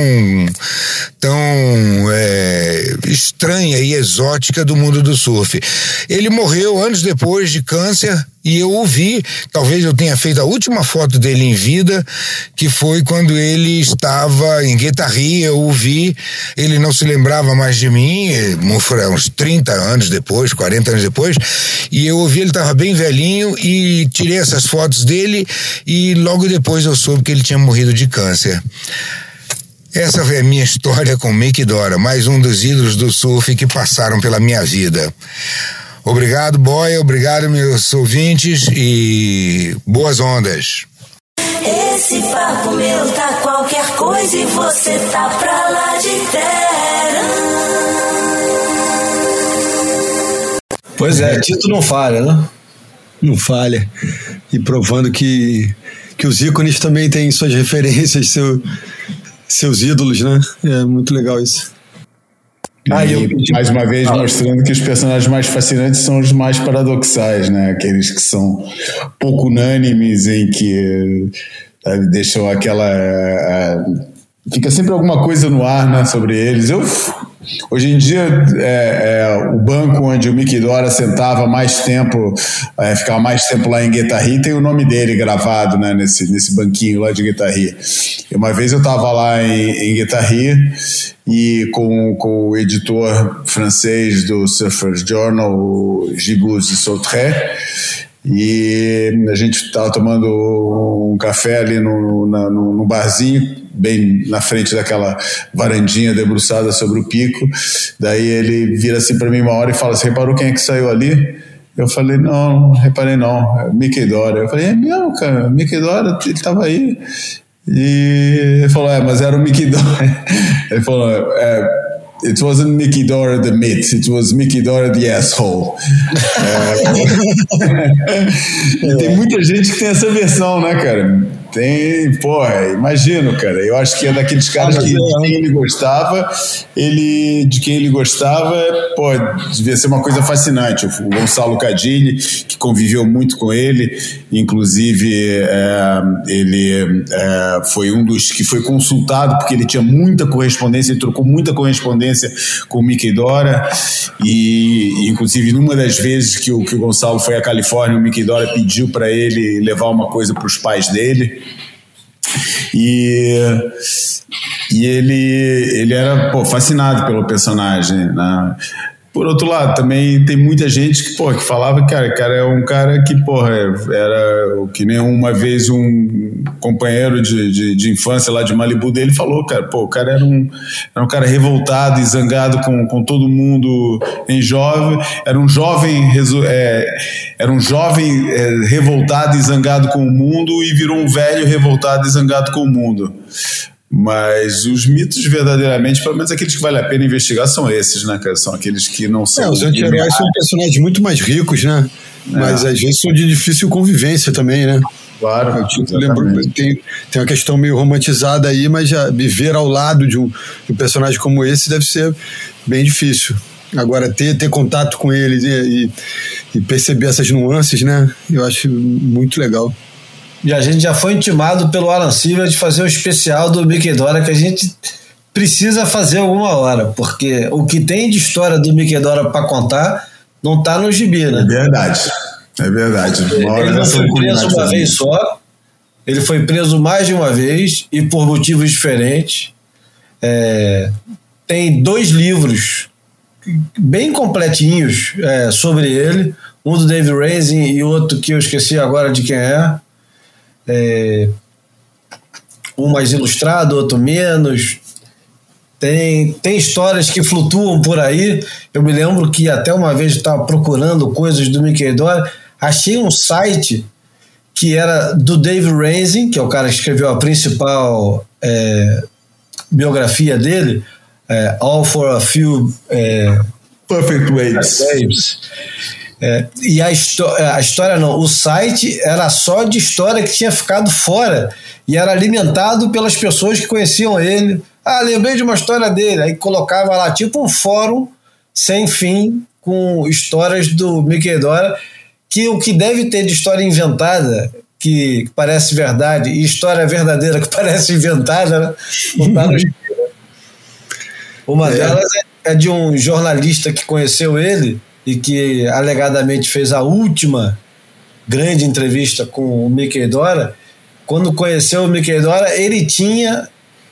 estranha e exótica do mundo do surf. Ele morreu anos depois de câncer, e eu o vi, talvez eu tenha feito a última foto dele em vida, que foi quando ele estava em Guétary. Eu o vi, ele não se lembrava mais de mim, foi uns 30 anos depois, 40 anos depois, e eu o vi, ele estava bem velhinho, e tirei essas fotos dele, e logo depois eu soube que ele tinha morrido de câncer. Essa é a minha história com Mick Dora, mais um dos ídolos do surf que passaram pela minha vida. Obrigado, Boia, obrigado, meus ouvintes, e boas ondas. Esse papo meu tá qualquer coisa e você tá pra lá de terra. Pois é, Tito não falha, né? Não falha. E provando que os ícones também têm suas referências, seus ídolos, né? É muito legal isso. E mais uma vez mostrando que os personagens mais fascinantes são os mais paradoxais, né? Aqueles que são pouco unânimes, em que deixam aquela... fica sempre alguma coisa no ar, né, sobre eles. Hoje em dia, o banco onde o Mick Dora sentava mais tempo, ficava mais tempo lá em Guayaquil, tem o nome dele gravado, né, nesse banquinho lá de Guayaquil. E uma vez eu estava lá em Guayaquil e com o editor francês do Surfers Journal, o Gilles de Sautré, e a gente estava tomando um café ali no barzinho, bem na frente daquela varandinha debruçada sobre o pico. Daí ele vira assim para mim uma hora e fala assim: reparou quem é que saiu ali? Eu falei: não reparei não, é Mick Dora. Eu falei: é mesmo, cara, Mick Dora, ele estava aí. E ele falou: mas era o Mick Dora. Ele falou: it wasn't Mick Dora the myth, it was Mick Dora the asshole. E tem muita gente que tem essa versão, né, cara? Tem, porra, imagino, cara. Eu acho que é daqueles caras que de quem ele gostava, pô, devia ser uma coisa fascinante. O Gonçalo Cadilli, que conviveu muito com ele, inclusive ele foi um dos que foi consultado, porque ele tinha muita correspondência, ele trocou muita correspondência com o Mick Dora, e inclusive numa das vezes que o Gonçalo foi à Califórnia, o Mick Dora pediu para ele levar uma coisa para os pais dele. E ele era fascinado pelo personagem, né? Por outro lado, também tem muita gente que falava que cara é um cara que era que nem uma vez um companheiro de infância lá de Malibu dele falou, cara, o cara era um cara revoltado e zangado com todo mundo era um jovem revoltado e zangado com o mundo e virou um velho revoltado e zangado com o mundo. Mas os mitos verdadeiramente, pelo menos aqueles que vale a pena investigar, são esses, né, cara? São aqueles que não são... Os anti-heróis são personagens muito mais ricos, né? Mas às vezes são de difícil convivência também, né? Claro, lembro, tem uma questão meio romantizada aí, mas já viver ao lado de um personagem como esse deve ser bem difícil. Agora, ter contato com ele e perceber essas nuances, né? Eu acho muito legal. E a gente já foi intimado pelo Alan Silva de fazer um especial do Mick Dora, que a gente precisa fazer alguma hora, porque o que tem de história do Mick Dora para contar não está no gibi, né? É verdade. Ele não foi preso uma vez só, ele foi preso mais de uma vez e por motivos diferentes. Tem 2 livros bem completinhos sobre ele, um do Dave Ramsey e outro que eu esqueci agora de quem é. Um mais ilustrado, outro menos. Tem histórias que flutuam por aí. Eu me lembro que até uma vez eu estava procurando coisas do Mick Dora, achei um site que era do Dave Ramsey, que é o cara que escreveu a principal biografia dele, All for a Few Perfect Waves. E a história não, o site era só de história que tinha ficado fora e era alimentado pelas pessoas que conheciam ele. Lembrei de uma história dele, aí colocava lá tipo um fórum sem fim com histórias do Mick Dora, que o que deve ter de história inventada que parece verdade e história verdadeira que parece inventada, né? Não tá no gibi. Uma delas é de um jornalista que conheceu ele e que alegadamente fez a última grande entrevista com o Mick Dora. Quando conheceu o Mick Dora, ele tinha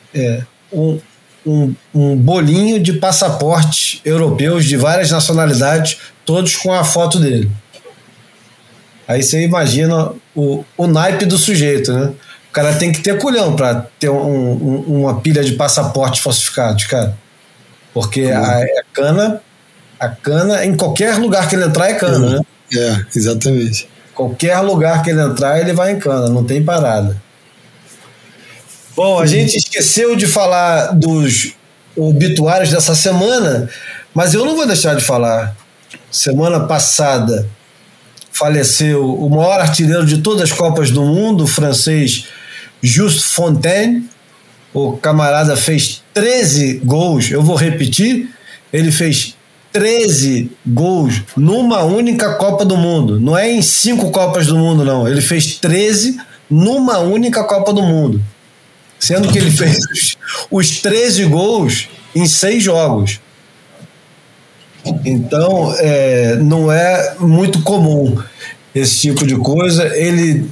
um bolinho de passaportes europeus de várias nacionalidades, todos com a foto dele. Aí você imagina o naipe do sujeito, né? O cara tem que ter culhão para ter uma pilha de passaportes falsificados, cara. Porque a cana, em qualquer lugar que ele entrar é cana, né? Exatamente. Qualquer lugar que ele entrar, ele vai em cana, não tem parada. Bom, a gente esqueceu de falar dos obituários dessa semana, mas eu não vou deixar de falar. Semana passada faleceu o maior artilheiro de todas as Copas do Mundo, o francês Just Fontaine. O camarada fez 13 gols, eu vou repetir, ele fez 13 gols numa única Copa do Mundo. Não é em 5 Copas do Mundo, não. Ele fez 13 numa única Copa do Mundo. Sendo que ele fez os 13 gols em 6 jogos. Então, não é muito comum esse tipo de coisa. Ele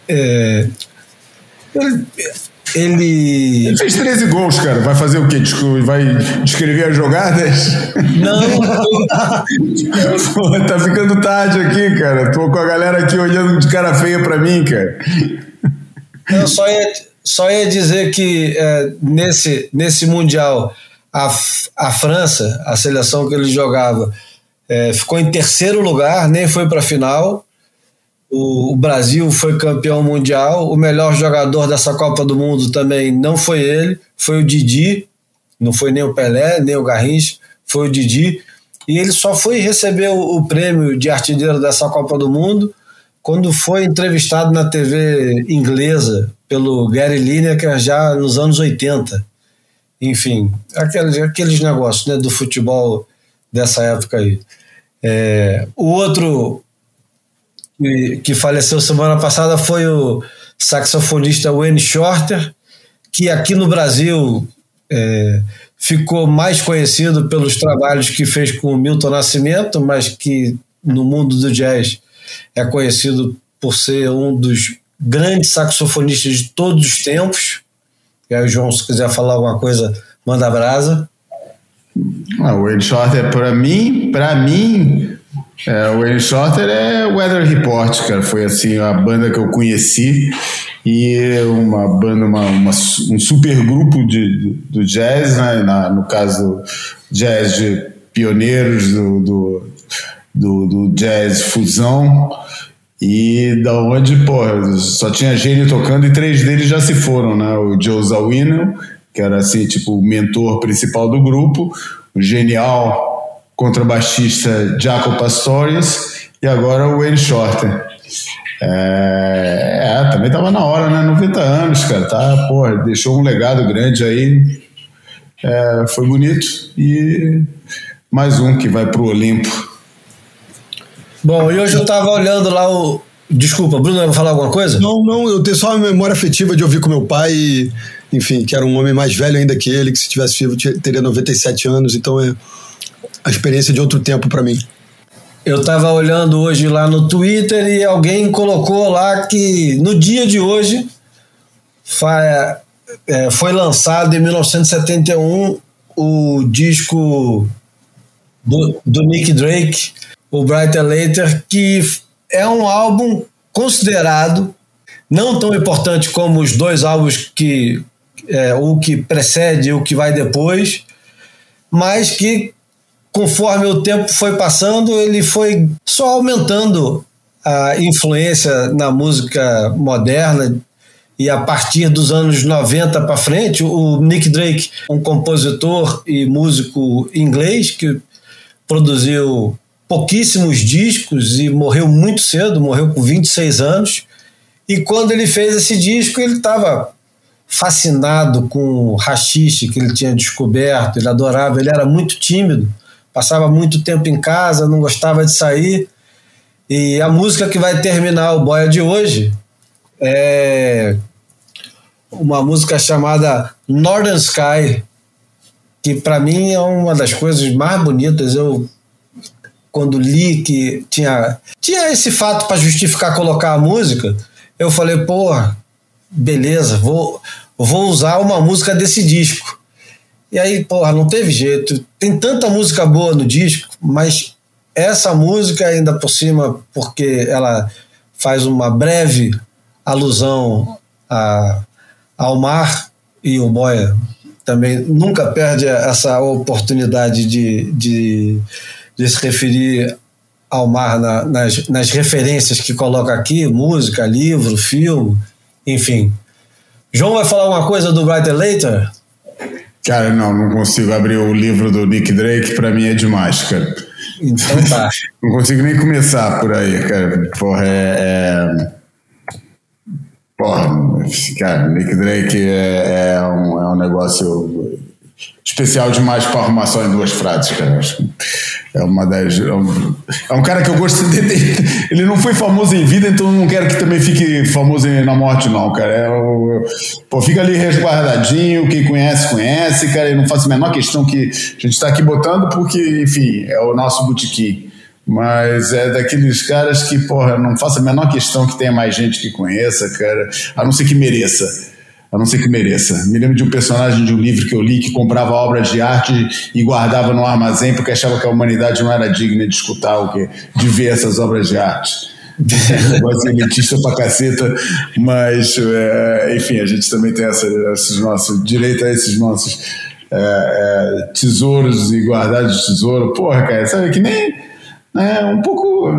fez 13 gols, cara. Vai fazer o quê? Vai descrever as jogadas? Não. Pô, tá ficando tarde aqui, cara. Tô com a galera aqui olhando de cara feia pra mim, cara. Eu só ia dizer que nesse Mundial a França, a seleção que ele jogava, ficou em terceiro lugar, nem foi para a final. O Brasil foi campeão mundial. O melhor jogador dessa Copa do Mundo também não foi ele, foi o Didi. Não foi nem o Pelé, nem o Garrincha, foi o Didi. E ele só foi receber o prêmio de artilheiro dessa Copa do Mundo quando foi entrevistado na TV inglesa pelo Gary Lineker já nos anos 80. Enfim, aqueles negócios, né, do futebol dessa época aí. O outro que faleceu semana passada foi o saxofonista Wayne Shorter, que aqui no Brasil ficou mais conhecido pelos trabalhos que fez com o Milton Nascimento, mas que no mundo do jazz é conhecido por ser um dos grandes saxofonistas de todos os tempos. E aí, João, se quiser falar alguma coisa, manda brasa. O Wayne Shorter, para mim, o Wayne Shorter é o Weather Report, cara. Foi assim a banda que eu conheci, e uma banda, um super grupo do jazz, né? No caso, jazz de pioneiros do jazz fusão, e da onde, porra, só tinha gênio tocando e 3 deles já se foram, né? O Joe Zawinul, que era assim, tipo, o mentor principal do grupo, o genial contrabaixista Jaco Pastorius, e agora o Wayne Shorter. Também tava na hora, né? 90 anos, cara, tá, porra, deixou um legado grande aí, foi bonito, e mais um que vai pro Olimpo. Bom, e hoje eu tava olhando lá o... Desculpa, Bruno, vai falar alguma coisa? Não, eu tenho só uma memória afetiva de ouvir com meu pai, e, enfim, que era um homem mais velho ainda que ele, que se tivesse vivo teria 97 anos, então é a experiência de outro tempo para mim. Eu tava olhando hoje lá no Twitter e alguém colocou lá que no dia de hoje foi lançado em 1971 o disco do Nick Drake, o Brighter Later, que é um álbum considerado não tão importante como os 2 álbuns o que precede e o que vai depois, mas que conforme o tempo foi passando, ele foi só aumentando a influência na música moderna. E a partir dos anos 90 para frente, o Nick Drake, um compositor e músico inglês que produziu pouquíssimos discos e morreu muito cedo, morreu com 26 anos. E quando ele fez esse disco, ele estava fascinado com o haxixe que ele tinha descoberto, ele adorava, ele era muito tímido, passava muito tempo em casa, não gostava de sair. E a música que vai terminar o Boia de hoje é uma música chamada Northern Sky, que para mim é uma das coisas mais bonitas. Eu, quando li que tinha esse fato para justificar colocar a música, eu falei, porra, beleza, vou usar uma música desse disco. E aí, porra, não teve jeito. Tem tanta música boa no disco, mas essa música ainda por cima, porque ela faz uma breve alusão ao mar, e o Boia também nunca perde essa oportunidade de se referir ao mar nas referências que coloca aqui, música, livro, filme, enfim. João vai falar alguma coisa do Brighter Later? Cara, não consigo abrir o livro do Nick Drake, pra mim é demais, cara. Então tá. Não consigo nem começar por aí, cara. Porra, cara, Nick Drake é um negócio especial demais para arrumar só em 2 frases, cara. Acho que é um cara que eu gosto de. Ele não foi famoso em vida, então não quero que também fique famoso na morte, não, cara. Fica ali resguardadinho, quem conhece, cara. Eu não faço a menor questão que a gente está aqui botando, porque, enfim, é o nosso botequim. Mas é daqueles caras que, porra, não faço a menor questão que tenha mais gente que conheça, cara, a não ser que mereça. Me lembro de um personagem de um livro que eu li que comprava obras de arte e guardava no armazém porque achava que a humanidade não era digna de escutar de ver essas obras de arte. Negócio elitista pra caceta, mas enfim, a gente também tem esses nossos direito a esses nossos tesouros e guardados de tesouro. Porra, cara, sabe que nem um pouco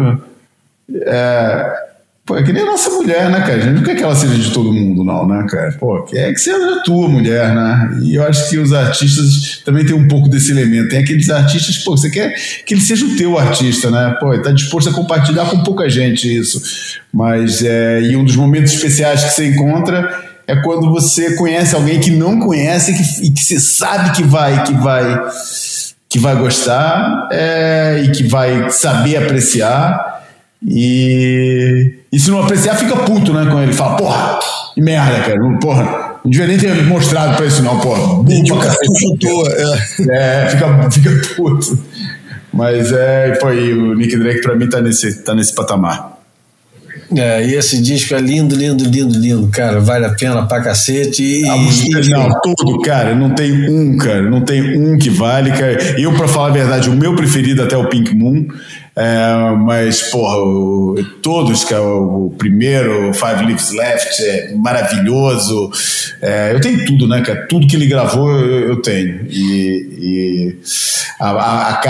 é que nem a nossa mulher, né, cara? A gente não quer que ela seja de todo mundo, não, né, cara? Pô, quer que seja a tua mulher, né? E eu acho que os artistas também tem um pouco desse elemento. Tem aqueles artistas, pô, você quer que ele seja o teu artista, né? Pô, ele tá disposto a compartilhar com pouca gente isso. Mas, e um dos momentos especiais que você encontra é quando você conhece alguém que não conhece e que você sabe que vai gostar e que vai saber apreciar. E se não apreciar, fica puto, né? Quando ele fala, porra, que merda, cara. Porra, não devia nem ter mostrado pra isso, não, porra. Fica puto. Mas o Nick Drake pra mim tá nesse patamar. E esse disco é lindo, cara. Vale a pena pra cacete. Tudo, cara. Não tem um que vale, cara. Eu, pra falar a verdade, o meu preferido até o Pink Moon. Mas, porra, todos, cara, o primeiro, Five Leaves Left, é maravilhoso. Eu tenho tudo, né, cara? Tudo que ele gravou eu tenho. E a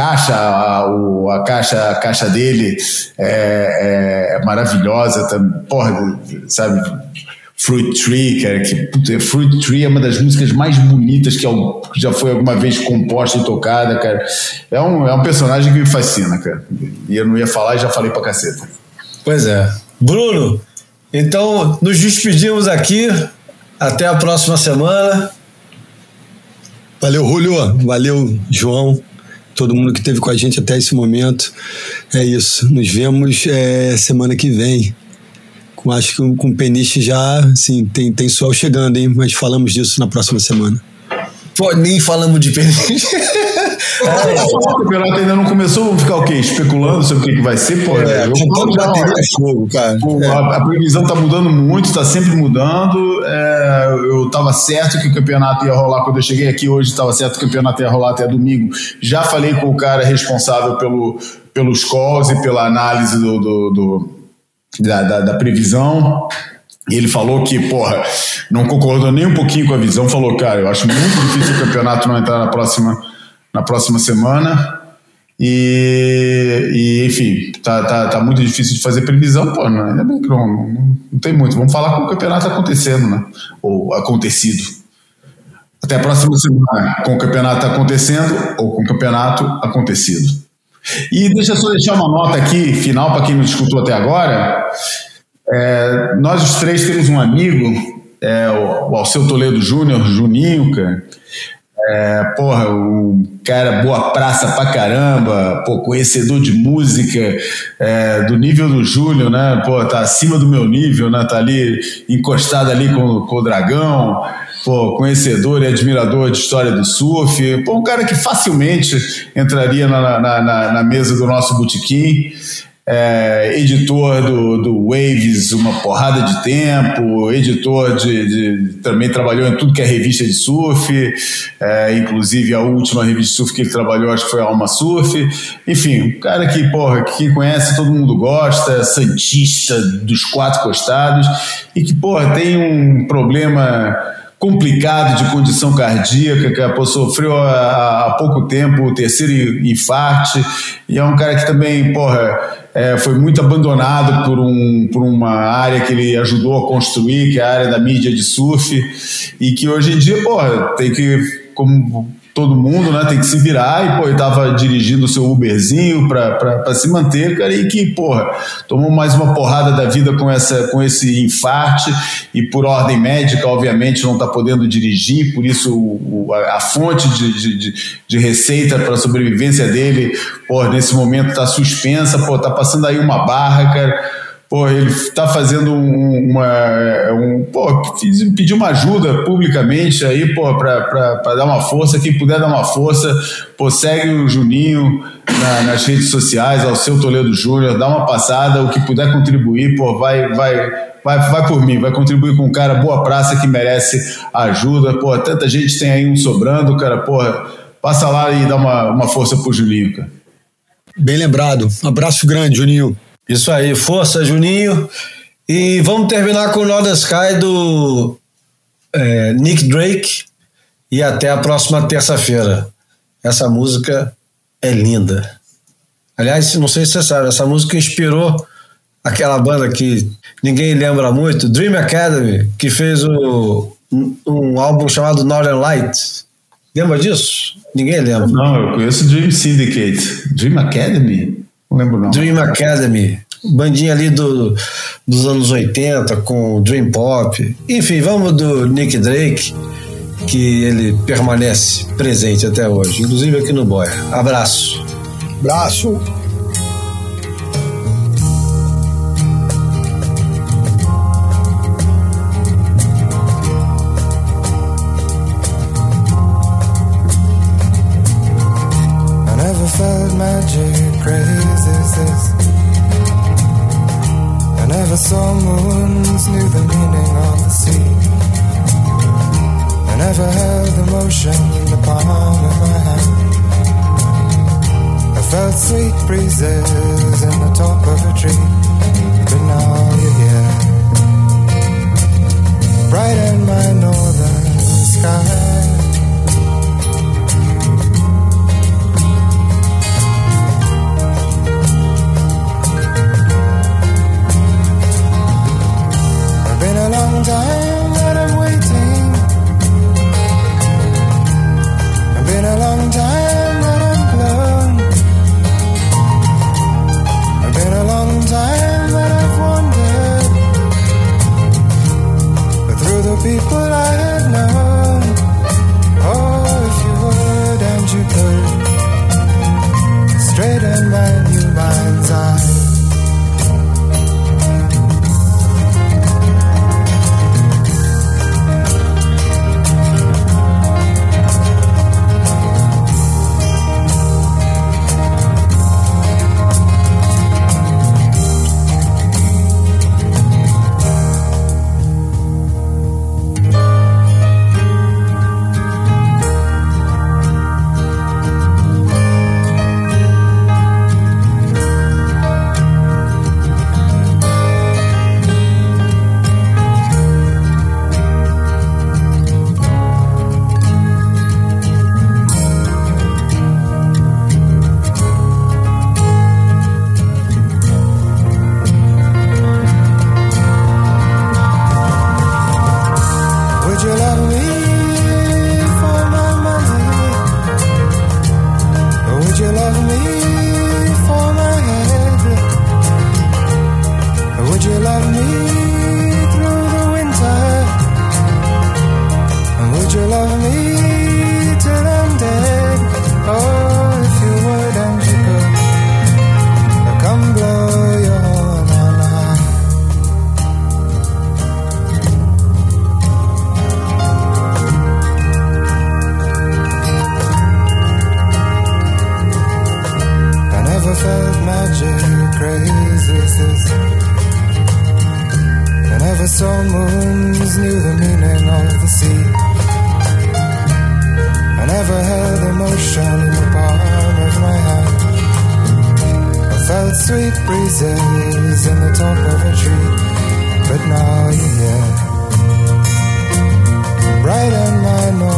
caixa dele é maravilhosa, porra, sabe? Fruit Tree, cara, Fruit Tree é uma das músicas mais bonitas que já foi alguma vez composta e tocada, cara. É um personagem que me fascina, cara. E eu não ia falar e já falei pra caceta. Pois é. Bruno, então nos despedimos aqui. Até a próxima semana. Valeu, Julio. Valeu, João. Todo mundo que esteve com a gente até esse momento. É isso. Nos vemos semana que vem. Acho que com o Peniche já, assim, tem suel chegando, hein? Mas falamos disso na próxima semana. Pô, nem falamos de Peniche. O campeonato ainda não começou, vamos ficar o quê? Especulando sobre o que vai ser, pô. Contando bateria é fogo, cara. A previsão tá mudando muito, tá sempre mudando. Eu tava certo que o campeonato ia rolar quando eu cheguei aqui hoje, tava certo que o campeonato ia rolar até domingo. Já falei com o cara responsável pelos calls e pela análise da previsão, e ele falou que, porra, não concordou nem um pouquinho com a visão, falou, cara, eu acho muito difícil o campeonato não entrar na próxima semana, e enfim, tá muito difícil de fazer previsão, pô, ainda bem que não tem muito, vamos falar com o campeonato acontecendo, né, ou acontecido. Até a próxima semana, com o campeonato acontecendo, ou com o campeonato acontecido. E deixa eu só deixar uma nota aqui, final, para quem não escutou até agora. Nós os três temos um amigo, o Alceu Toledo Júnior, Juninho, cara. Porra, um cara boa praça pra caramba, pô, conhecedor de música, do nível do Júnior, né? Pô, tá acima do meu nível, né? Tá ali encostado ali com o Dragão. Pô, conhecedor e admirador de história do surf, pô, um cara que facilmente entraria na mesa do nosso botequim. editor do Waves uma porrada de tempo, editor também trabalhou em tudo que é revista de surf, inclusive a última revista de surf que ele trabalhou acho que foi a Alma Surf. Enfim, um cara que, porra, que quem conhece todo mundo gosta, santista dos quatro costados, e que, porra, tem um problema complicado de condição cardíaca, que a pessoa sofreu há pouco tempo o terceiro infarto, e é um cara que também, porra, foi muito abandonado por uma área que ele ajudou a construir, que é a área da mídia de surf, e que hoje em dia, porra, tem que, como todo mundo, né, tem que se virar, e, pô, ele tava dirigindo o seu Uberzinho pra se manter, cara, e que, porra, tomou mais uma porrada da vida com esse infarto, e por ordem médica, obviamente, não tá podendo dirigir, por isso a fonte de receita para a sobrevivência dele, porra, nesse momento tá suspensa, pô, tá passando aí uma barra, cara. Pô, ele tá fazendo pediu uma ajuda publicamente aí, pô, pra dar uma força. Quem puder dar uma força, pô, segue o Juninho nas redes sociais, ao Seu Toledo Júnior, dá uma passada, o que puder contribuir, pô, vai por mim, vai contribuir com um cara boa praça que merece ajuda, pô, tanta gente tem aí um sobrando, cara, porra, passa lá e dá uma força pro Juninho, cara. Bem lembrado, um abraço grande, Juninho. Isso aí, força, Juninho. E vamos terminar com o Northern Sky do Nick Drake. E até a próxima terça-feira. Essa música é linda. Aliás, não sei se você sabe, essa música inspirou aquela banda que ninguém lembra muito, Dream Academy, que fez um álbum chamado Northern Lights. Lembra disso? Ninguém lembra. Não, eu conheço Dream Syndicate. Dream Academy? Não lembro não. Dream Academy, bandinha ali dos anos 80 com Dream Pop. Enfim, vamos do Nick Drake, que ele permanece presente até hoje, inclusive aqui no Boia. Abraço. Abraço. Magic crazy as this. I never saw moons, knew the meaning of the sea. I never held the motion in the palm of my hand. I felt sweet breezes in the top of a tree, but now you're here, bright in my northern sky. Long time that I'm waiting. It's been a long time that I'm blown. It's been a long time that I've wandered, but through the people I have known. Oh, if you would and you could, straight in my new mind's eye. Felt magic crazy. saw moons, knew the meaning of the sea. I never held emotion in the palm of my hand. I felt sweet breezes in the top of a tree, but now you're here, bright on my nose.